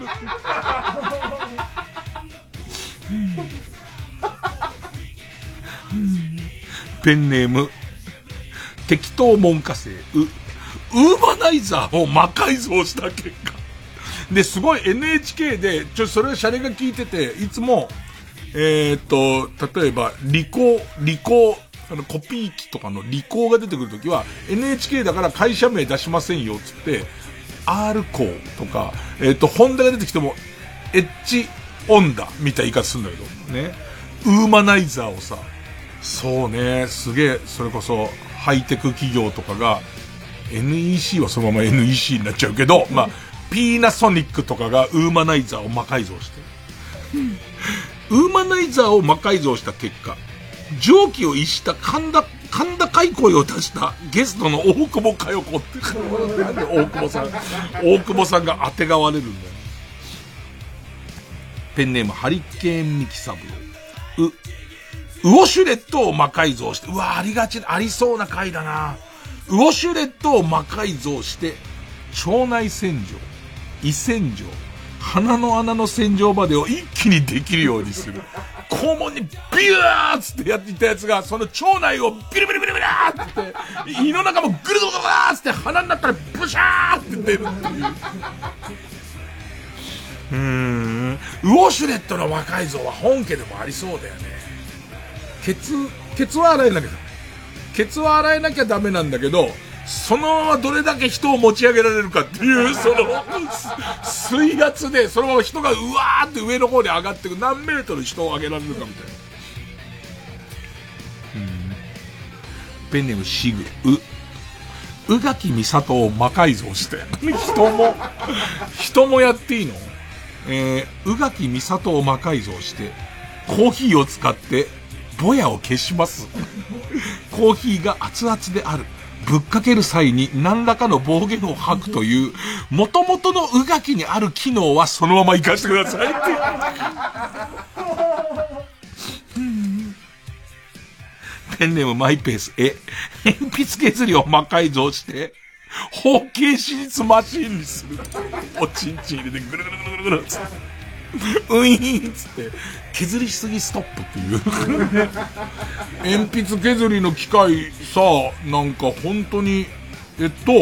ペンネーム適当門下生。ウーマナイザーを魔改造した結果ですごい エヌエイチケー でちょそれをシャレが聞いてて、いつもえー、っと例えばリコリコあのコピー機とかのリコが出てくるときは エヌエイチケー だから会社名出しませんよっつって R コーとかえー、っとホンダが出てきてもエッジオンダみたいな言い方するんだけどね。ウーマナイザーをさ、そうね、すげえ、それこそハイテク企業とかが エヌイーシー はそのまま エヌイーシー になっちゃうけど、まあピーナソニックとかがウーマナイザーを魔改造してウーマナイザーを魔改造した結果、蒸気を逸した神田神田海声を出したゲストの大久保佳代子ってなんで大久保さん大久保さんが当てがわれるんだよ。ペンネームハリケーンミキサブロ。うウォシュレットを魔改造して、うわ、ありがち、ありそうな回だな。ウォシュレットを魔改造して、腸内洗浄、胃洗浄、鼻の穴の洗浄までを一気にできるようにする。肛門にビューッつってやっていたやつが、その腸内をビリビリビリビリーって、胃の中もぐるぐるぐるーつって鼻の中からブシャーって出るっていう。うーん、ウォシュレットの魔改造は本家でもありそうだよね。ケツ、ケツは洗えなきゃダメ。ケツは洗えなきゃダメなんだけど、そのままどれだけ人を持ち上げられるかっていう、その、水圧で、そのまま人がうわーって上の方に上がっていく、何メートル人を上げられるかみたいな。うん。ペンネームシグ、う、宇垣美里を魔改造して。人も、人もやっていいの？えー、宇垣美里を魔改造して、コーヒーを使って、ぼやを消します。コーヒーが熱々である。ぶっかける際に何らかの暴言を吐くという、元々の宇垣にある機能はそのまま活かしてくださいって。ペンネームマイペース。え、鉛筆削りを魔改造して、包茎手術マシーンにする。おちんちん入れてぐるぐるぐるぐるつって。ウィーンつって、削りしすぎストップっていう。鉛筆削りの機械さ、なんか本当に、えっと、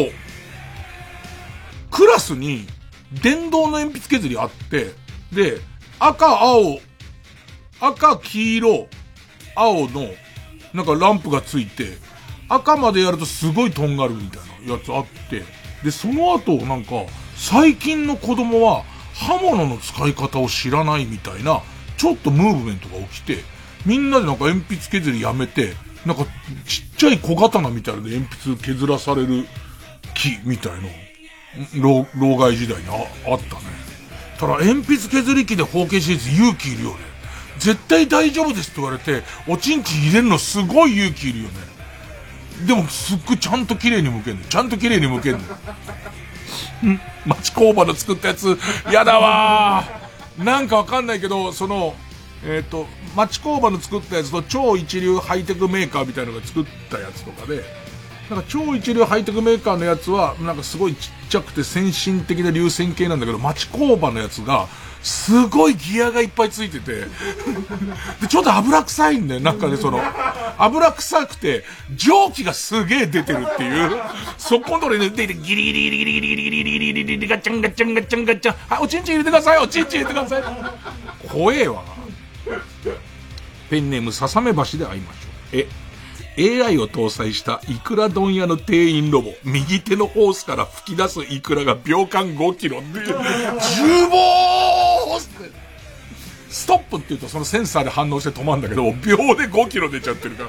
クラスに電動の鉛筆削りあって、で、赤、青、赤、黄色、青の、なんかランプがついて、赤までやるとすごいとんがるみたいなやつあって、で、その後なんか、最近の子供は、刃物の使い方を知らないみたいな、ちょっとムーブメントが起きて、みんなでなんか鉛筆削りやめて、なんかちっちゃい小刀みたいなので鉛筆削らされる木みたいな、老、老害時代に あ, あったね。ただ鉛筆削り機で包茎手術勇気いるよね。絶対大丈夫ですって言われて、おちんちん入れるのすごい勇気いるよね。 でもすっごいちゃんと綺麗に剥けんの。ちゃんと綺麗に剥けんの。ん町工場の作ったやつ、やだわー。なんかわかんないけど、その、えっと、町工場の作ったやつと超一流ハイテクメーカーみたいなのが作ったやつとかで、なんか超一流ハイテクメーカーのやつは、なんかすごいちっちゃくて先進的な流線形なんだけど、町工場のやつが、すごいギアがいっぱいついてて、で、ちょっと油臭いんだよ。なんかね、その、油臭くて、蒸気がすげえ出てるっていう、そこのところに出て、ギリギリギリギリギリギリギリギリギリギリギリガチャンガチャンガチャンガチャン、はい、おちんちん入れてください、おちんちん入れてください。怖えわ。ペンネームささめ橋で会いましょう。え、エーアイ を搭載したイクラ問屋の店員ロボ、右手のホースから吹き出すイクラが秒間ごキロっていう、重暴ストップって言うとそのセンサーで反応して止まるんだけど、秒でごキロ出ちゃってるから。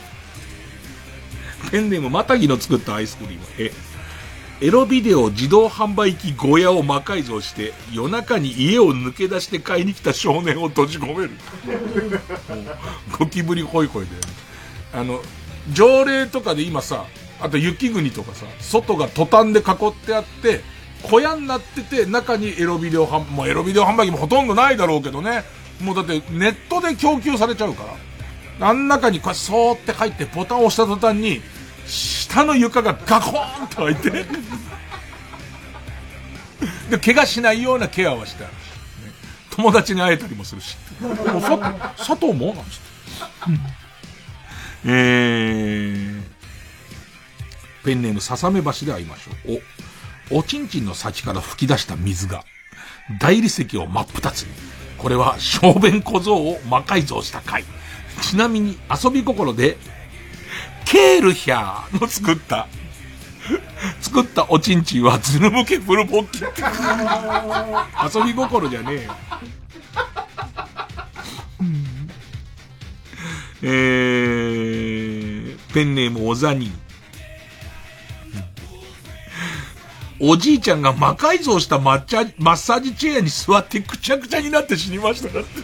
ペンネームまたぎの作ったアイスクリーム。え、エロビデオ自動販売機小屋を魔改造して夜中に家を抜け出して買いに来た少年を閉じ込める。ゴキブリホイホイだよね。あの、条例とかで今さ、あと雪国とかさ、外がトタンで囲ってあって、小屋になってて、中にエロビデオ販、もうエロビデオ販売機もほとんどないだろうけどね。もうだってネットで供給されちゃうから。あん中にこうそーって入ってボタンを押した途端に、下の床がガコーンと開いて、で、怪我しないようなケアはしてあるし、ね。友達に会えたりもするし。もうさ、佐藤もなんつって。うんえー、ペンネームささめ橋で会いましょう。お、おちんちんの先から吹き出した水が大理石を真っ二つに。これは小便小僧を魔改造した回。ちなみに遊び心でケールヒャーの作った作ったおちんちんはズル向けフルボッキって遊び心じゃねえよ。えー、ペンネームおざに、おじいちゃんが魔改造した抹茶マッサージチェアに座ってくちゃくちゃになって死にましたって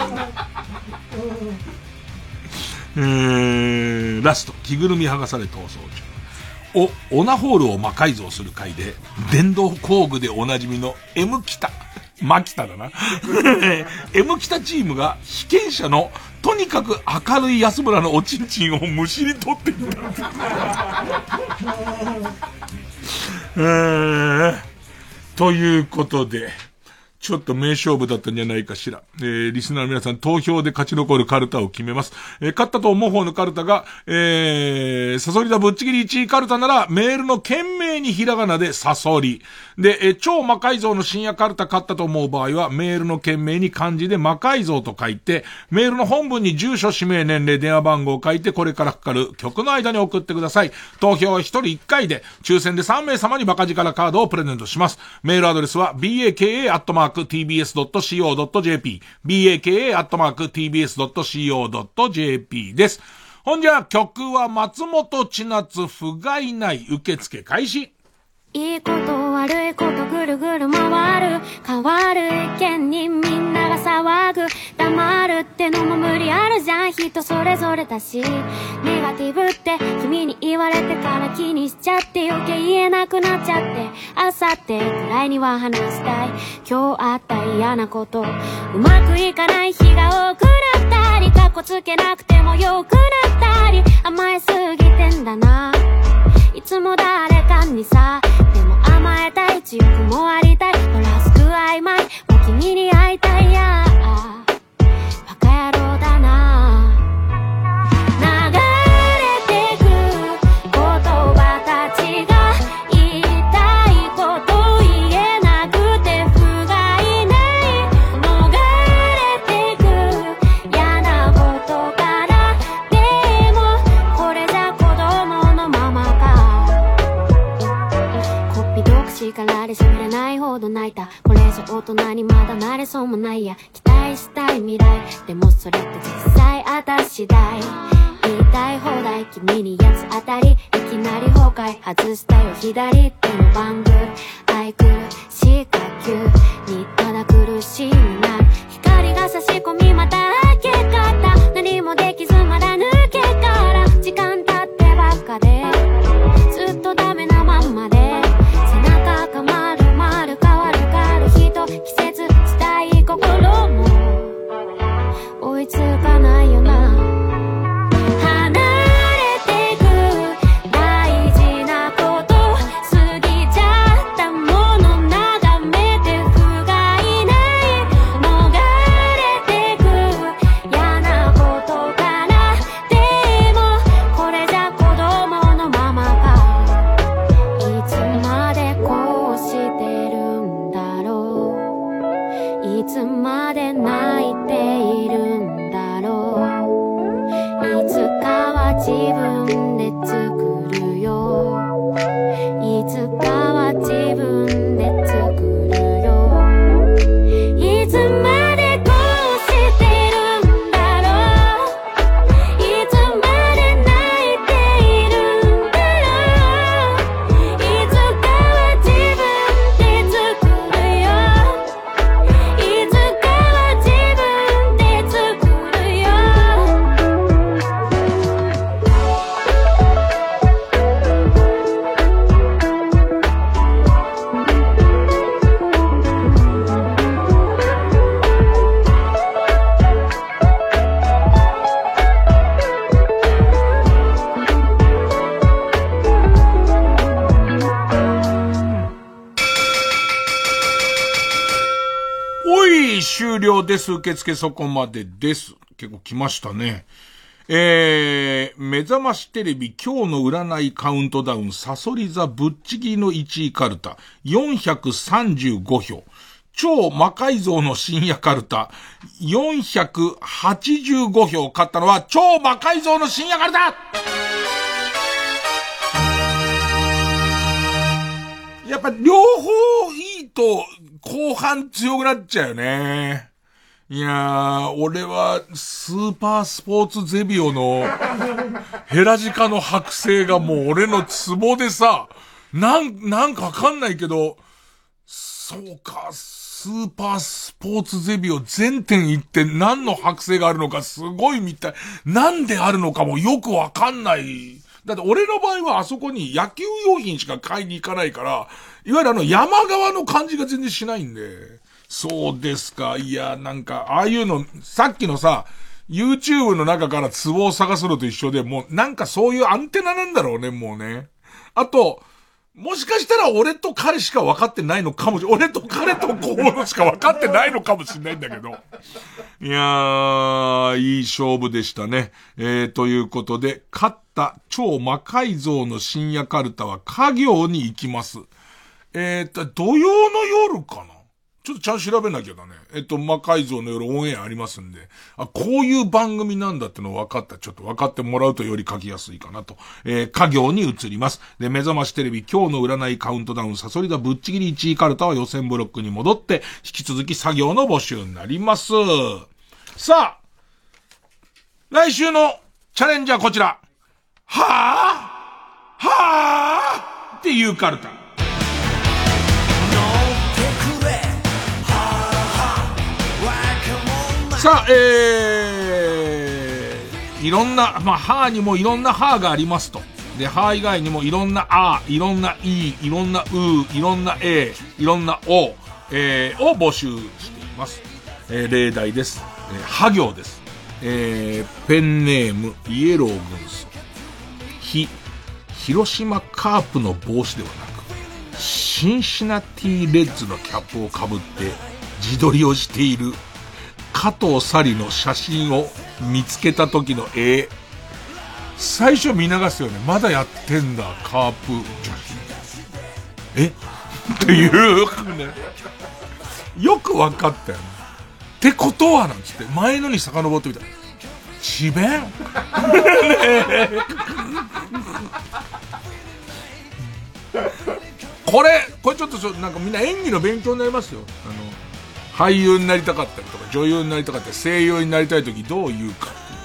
えー、ラスト着ぐるみ剥がされ逃走中。おオナホールを魔改造する回で電動工具でおなじみの M 北マキタだなM 北チームが被験者のとにかく明るい安村のおちんちんをむしり取っていたえー、ということでちょっと名勝負だったんじゃないかしら。えー、リスナーの皆さん投票で勝ち残るカルタを決めます。えー、勝ったと思う方のカルタが、えー、サソリだぶっちぎりいちいカルタならメールの件名にひらがなでサソリ。で、えー、超魔改造の深夜カルタ勝ったと思う場合はメールの件名に漢字で魔改造と書いて、メールの本文に住所、氏名、年齢、電話番号を書いてこれからかかる曲の間に送ってください。投票はひとりいっかいで、抽選でさんめい様にバカ力カードをプレゼントします。メールアドレスは バカ アットマーク ティービーエス ドット シーオー ドット ジェーピー バカ アットマーク ティービーエス ドット シーオー ドット ジェーピー です。ほんじゃ、曲は松本千夏不甲斐ない受付開始。 いいこと悪いことぐるぐる回る変わる意見にみんなが騒ぐ黙るってのも無理あるじゃん人それぞれだしネガティブって君に言われてから気にしちゃって余計言えなくなっちゃってあさってくらいには話したい今日あった嫌なことうまくいかない日が多くなったりカッコつけなくてもよくなったり甘えすぎてんだないつも誰かにさでも甘えたい強くもありたいドラスク曖昧もう君に会いたいやバカ野郎だな流れてく言葉たちが言いたいこと言えなくて不甲斐ない逃れてく嫌なことからでもこれじゃ子供のままか力で喋れないほど泣いたこれ以上大人にまだなれそうもないや期待したい未来でもそれって実際私次第言いたい放題君に八つ当たりいきなり崩壊外したよ左手のバングル愛くるしい火球にただ苦しみない光が差し込みまた明け方何もできずまだ抜けから時間経ってばっかつかは自分で作るよ。いつまでこうしてるんだろう。いつまで泣いているんだろう。いつかは自分で作るよ。いつかは自分で作るよ。 おい、終了です。受付そこまでです。結構来ましたね。えー、目覚ましテレビ今日の占いカウントダウンサソリ座ぶっちぎりのいちいカルタよんひゃくさんじゅうごひょう。超魔改造の深夜カルタよんひゃくはちじゅうごひょう。勝ったのは超魔改造の深夜カルタ。やっぱ両方いいと後半強くなっちゃうよね。いやー、俺はスーパースポーツゼビオのヘラジカの剥製がもう俺のツボでさ、なん、なんかわかんないけど、そうか、スーパースポーツゼビオ全店行って何の剥製があるのかすごいみたい。なんであるのかもよくわかんない。だって俺の場合はあそこに野球用品しか買いに行かないから、いわゆるあの山側の感じが全然しないんで。そうですか。いや、なんか、ああいうの、さっきのさ、YouTube の中からツボを探すのと一緒で、もうなんかそういうアンテナなんだろうね、もうね。あと、もしかしたら俺と彼しか分かってないのかもしれない。俺と彼とこうのしか分かってないのかもしれないんだけど。いやー、いい勝負でしたね。えー、ということで、勝った超魔改造の深夜カルタは家業に行きます。えーと、土曜の夜かな？ちょっとちゃんと調べなきゃだね。えっと、魔改造の夜オンエアありますんで。あ、こういう番組なんだっての分かった。ちょっと分かってもらうとより書きやすいかなと。えー、家業に移ります。で、目覚ましテレビ今日の占いカウントダウンサソリ座ぶっちぎりいちいカルタは予選ブロックに戻って、引き続き作業の募集になります。さあ、来週のチャレンジはこちら。はぁはぁっていうカルタ。さあ、えー、いろんな、まあ、はーにもいろんなはーがありますと。で、はー以外にもいろんなあー、いろんないい、いろんなうー、いろんなえー、いろんなお、えー、を募集しています。えー、例題です。えー、は行です。えー、ペンネーム、イエロー軍曹。ひ、広島カープの帽子ではなく、シンシナティレッズのキャップをかぶって自撮りをしている加藤サリの写真を見つけた時の絵。最初見流すよね。まだやってんだ、カープ女子。えっていうね。よくわかったよね。ってことはなんつって前のに遡ってみた。智弁ねえこれ、これちょっとちょなんかみんな演技の勉強になりますよ。あの、俳優になりたかったりとか、女優になりたかったり、声優になりたいときどう言うか。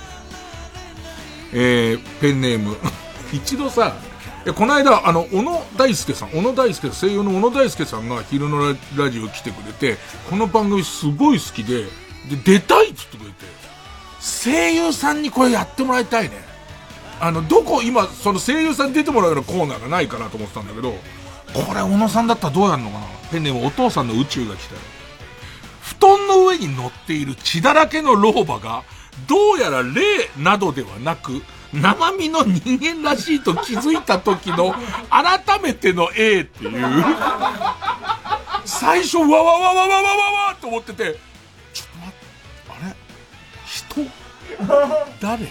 えー、ペンネーム。一度さ、この間、あの、小野大輔さん、小野大輔、声優の小野大輔さんが昼の ラ, ラジオ来てくれて、この番組すごい好きで、で、出たいって言ってくれて、声優さんにこれやってもらいたいね。あの、どこ、今、その声優さんに出てもらうようなコーナーがないかなと思ってたんだけど、これ小野さんだったらどうやるのかな。ペンネームお父さんの宇宙が来たよ。布団の上に乗っている血だらけの老婆が、どうやら霊などではなく、生身の人間らしいと気づいた時の、改めての A っていう、最初、わわわわわわわわと思ってて、ちょっと待って、あれ人誰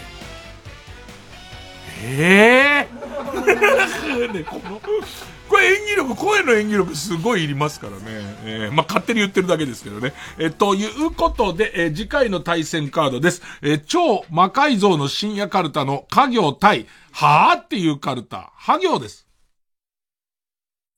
えーね、このこれ演技力、声の演技力すごいいりますからね。えー、まあ、勝手に言ってるだけですけどね。えー、ということで、えー、次回の対戦カードです。えー、超魔改造の深夜カルタの家業対、はーっていうカルタ、は行です。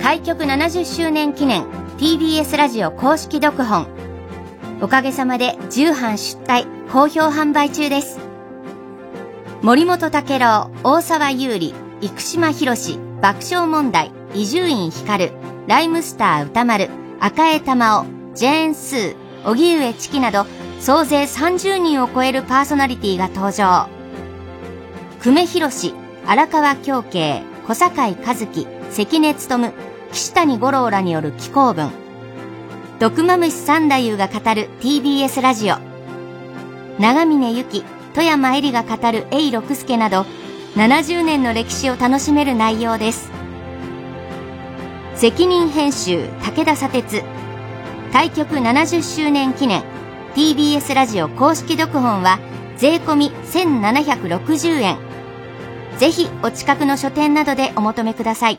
開局ななじゅっしゅうねん記念 ティービーエス ラジオ公式読本。おかげさまでじゅうはん出題、好評販売中です。森本武郎、大沢優里、生島博士、爆笑問題、伊集院光、ライムスター歌丸、赤江玉緒、ジェーンスー、荻上チキなど総勢さんじゅうにんを超えるパーソナリティが登場。久米宏、荒川京慶、小堺一樹、関根勤、岸谷五郎らによる紀行文。毒まむし三太夫が語る ティービーエス ラジオ。長峰由紀、富山恵里が語る永六輔などななじゅうねんの歴史を楽しめる内容です。責任編集武田砂鉄。開局ななじゅっしゅうねん記念 ティービーエス ラジオ公式読本は税込みせんななひゃくろくじゅうえん。ぜひお近くの書店などでお求めください。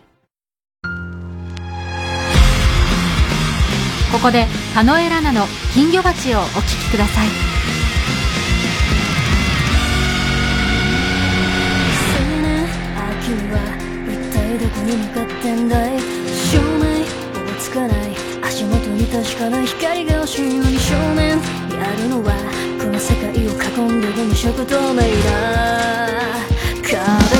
ここでカノエラナの金魚鉢をお聴きください。 秋は一体どこに向かってんだい。照明おぼつかない足元に確かな光が欲しいのに少年やるのはこの世界を囲んでる無色透明な壁。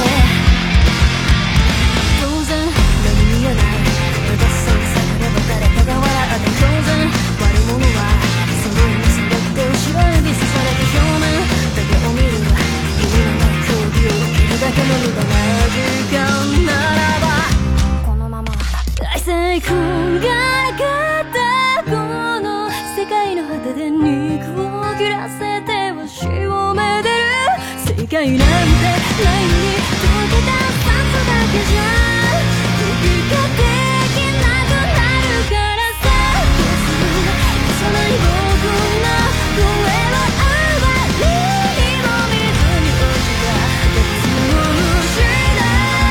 当然何も言えない私さえ探れば誰かが笑って当然悪者はその上に下がって後ろ指さされて表面だけを見る意味のない競技を受けるだけの無駄な時間ならばこのまま大成功がなかったこの世界の果てで肉を切らせては死をめでる世界なんてないのに溶けた酸素だけじゃ息ができなくなるからさ消さない僕の声はあまりにも水に落ちた別の虫だ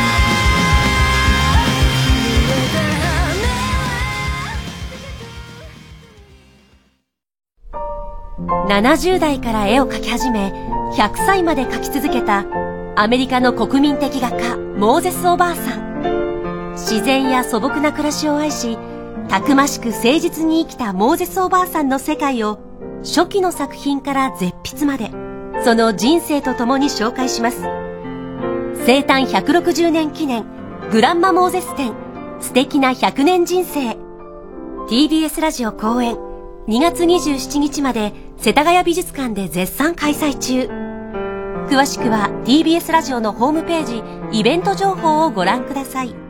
濡れた羽ななじゅう代から絵を描き始めひゃくさいまで描き続けたアメリカの国民的画家モーゼスおばあさん。自然や素朴な暮らしを愛したくましく誠実に生きたモーゼスおばあさんの世界を初期の作品から絶筆までその人生とともに紹介します。生誕ひゃくろくじゅうねん記念グランマモーゼス展素敵なひゃくねん人生。 ティービーエス ラジオ公演にがつにじゅうしちにちまで世田谷美術館で絶賛開催中。詳しくは ティービーエス ラジオのホームページイベント情報をご覧ください。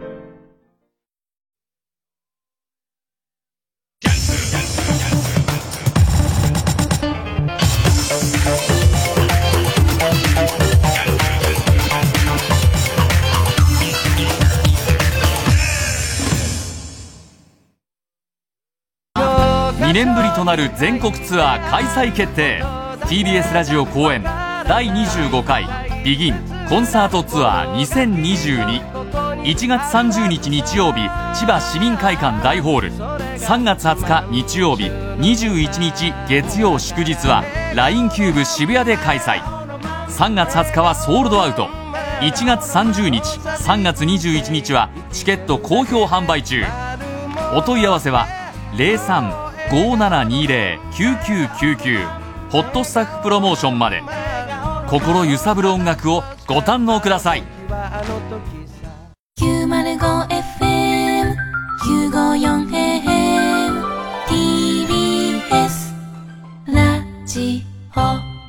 にねんぶりとなる全国ツアー開催決定。 ティービーエス ラジオ公演だいにじゅうごかいビギンコンサートツアーにせんにじゅうに。いちがつさんじゅうにち日曜日千葉市民会館大ホール。さんがつはつか日曜日にじゅういちにち月曜祝日は ライン キューブ渋谷で開催。さんがつはつかはソールドアウト。いちがつさんじゅうにちさんがつにじゅういちにちはチケット好評販売中。お問い合わせは ゼロさん ごーななにゼロ きゅうきゅうきゅうきゅう ホットスタッフプロモーションまで。心揺さぶる音楽をご堪能ください。 きゅうまるごエフエム きゅうごよんエーエム ティービーエス ラジオ。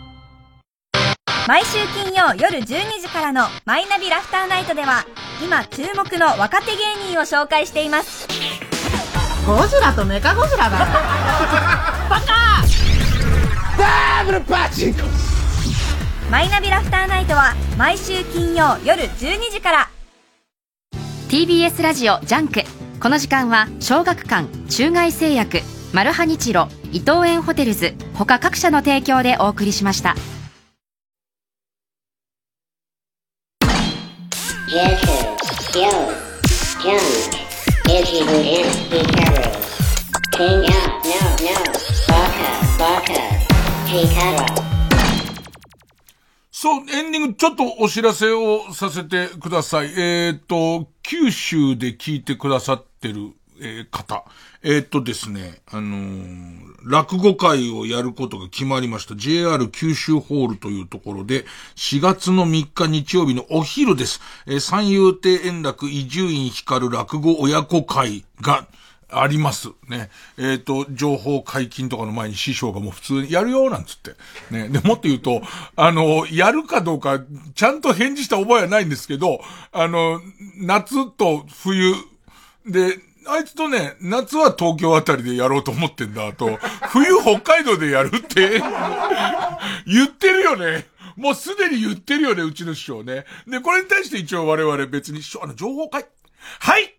毎週金曜夜じゅうにじからのマイナビラフターナイトでは今注目の若手芸人を紹介しています。 ゴジラとメカゴジラだバカダブルパチンコ。 マイナビラフターナイトは毎週金曜夜じゅうにじから。 ティービーエス ラジオジャンク。この時間は小学館、中外製薬、マルハニチロ、伊東園ホテルズ他各社の提供でお送りしました。 そう、エンディングちょっとお知らせをさせてください。えーっと、 九州で聞いてくださってる、えー、方。えー、っとですね、あのー、落語会をやることが決まりました。ジェイアール 九州ホールというところで、しがつのみっか日曜日のお昼です。えー、三遊亭円楽伊集院光落語親子会が、あります。ね。えっと、情報解禁とかの前に師匠がもう普通にやるよ、なんつって。ね。で、もっと言うと、あの、やるかどうか、ちゃんと返事した覚えはないんですけど、あの、夏と冬、で、あいつとね、夏は東京あたりでやろうと思ってんだと、冬北海道でやるって、言ってるよね。もうすでに言ってるよね、うちの師匠ね。で、これに対して一応我々別に、あの、情報解、はい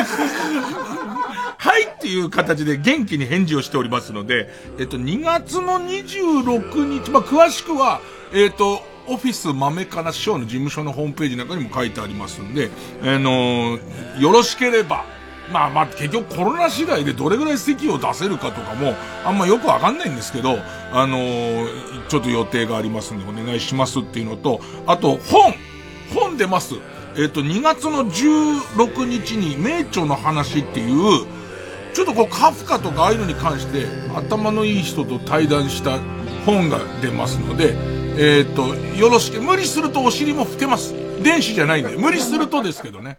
はいっていう形で元気に返事をしておりますので、えっと、にがつのにじゅうろくにち、まあ、詳しくは、えっと、オフィス豆かな師匠の事務所のホームページなんかにも書いてありますんで、あのー、よろしければ、まあまあ結局コロナ次第でどれぐらい席を出せるかとかもあんまよくわかんないんですけど、あのー、ちょっと予定がありますんでお願いしますっていうのと、あと本、本出ます。えっと、にがつのじゅうろくにちに名著の話っていう、ちょっとこうカフカとかああいうのに関して頭のいい人と対談した本が出ますので、えっと、よろしく、無理するとお尻も拭けます。電子じゃないんで、無理するとですけどね。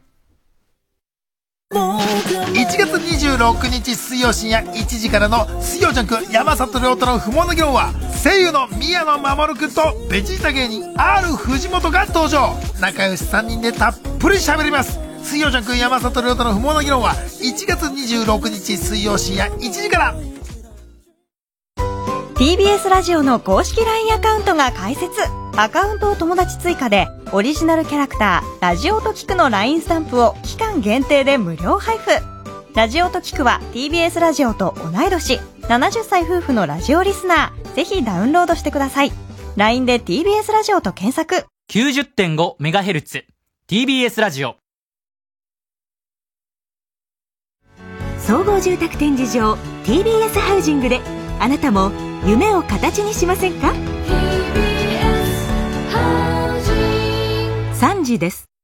いちがつにじゅうろくにち水曜深夜いちじからの水曜ジャンク山里亮太の不毛の議論は、声優の宮野真守くんとベジータ芸人 R 藤本が登場。仲良しさんにんでたっぷり喋ります。水曜ジャンク山里亮太の不毛の議論はいちがつにじゅうろくにち水曜深夜いちじから。 ティービーエス ラジオの公式 ライン アカウントが開設。アカウントを友達追加でオリジナルキャラクターラジオと聞くの ライン スタンプを期間限定で無料配布。ラジオと聞くは ティービーエス ラジオと同い年ななじゅっさい夫婦のラジオリスナー。ぜひダウンロードしてください。 ライン で ティービーエス ラジオと検索。 きゅうじゅってんごメガヘルツ ティービーエス ラジオ。 総合住宅展示場 ティービーエス ハウジングであなたも夢を形にしませんか？さんじです。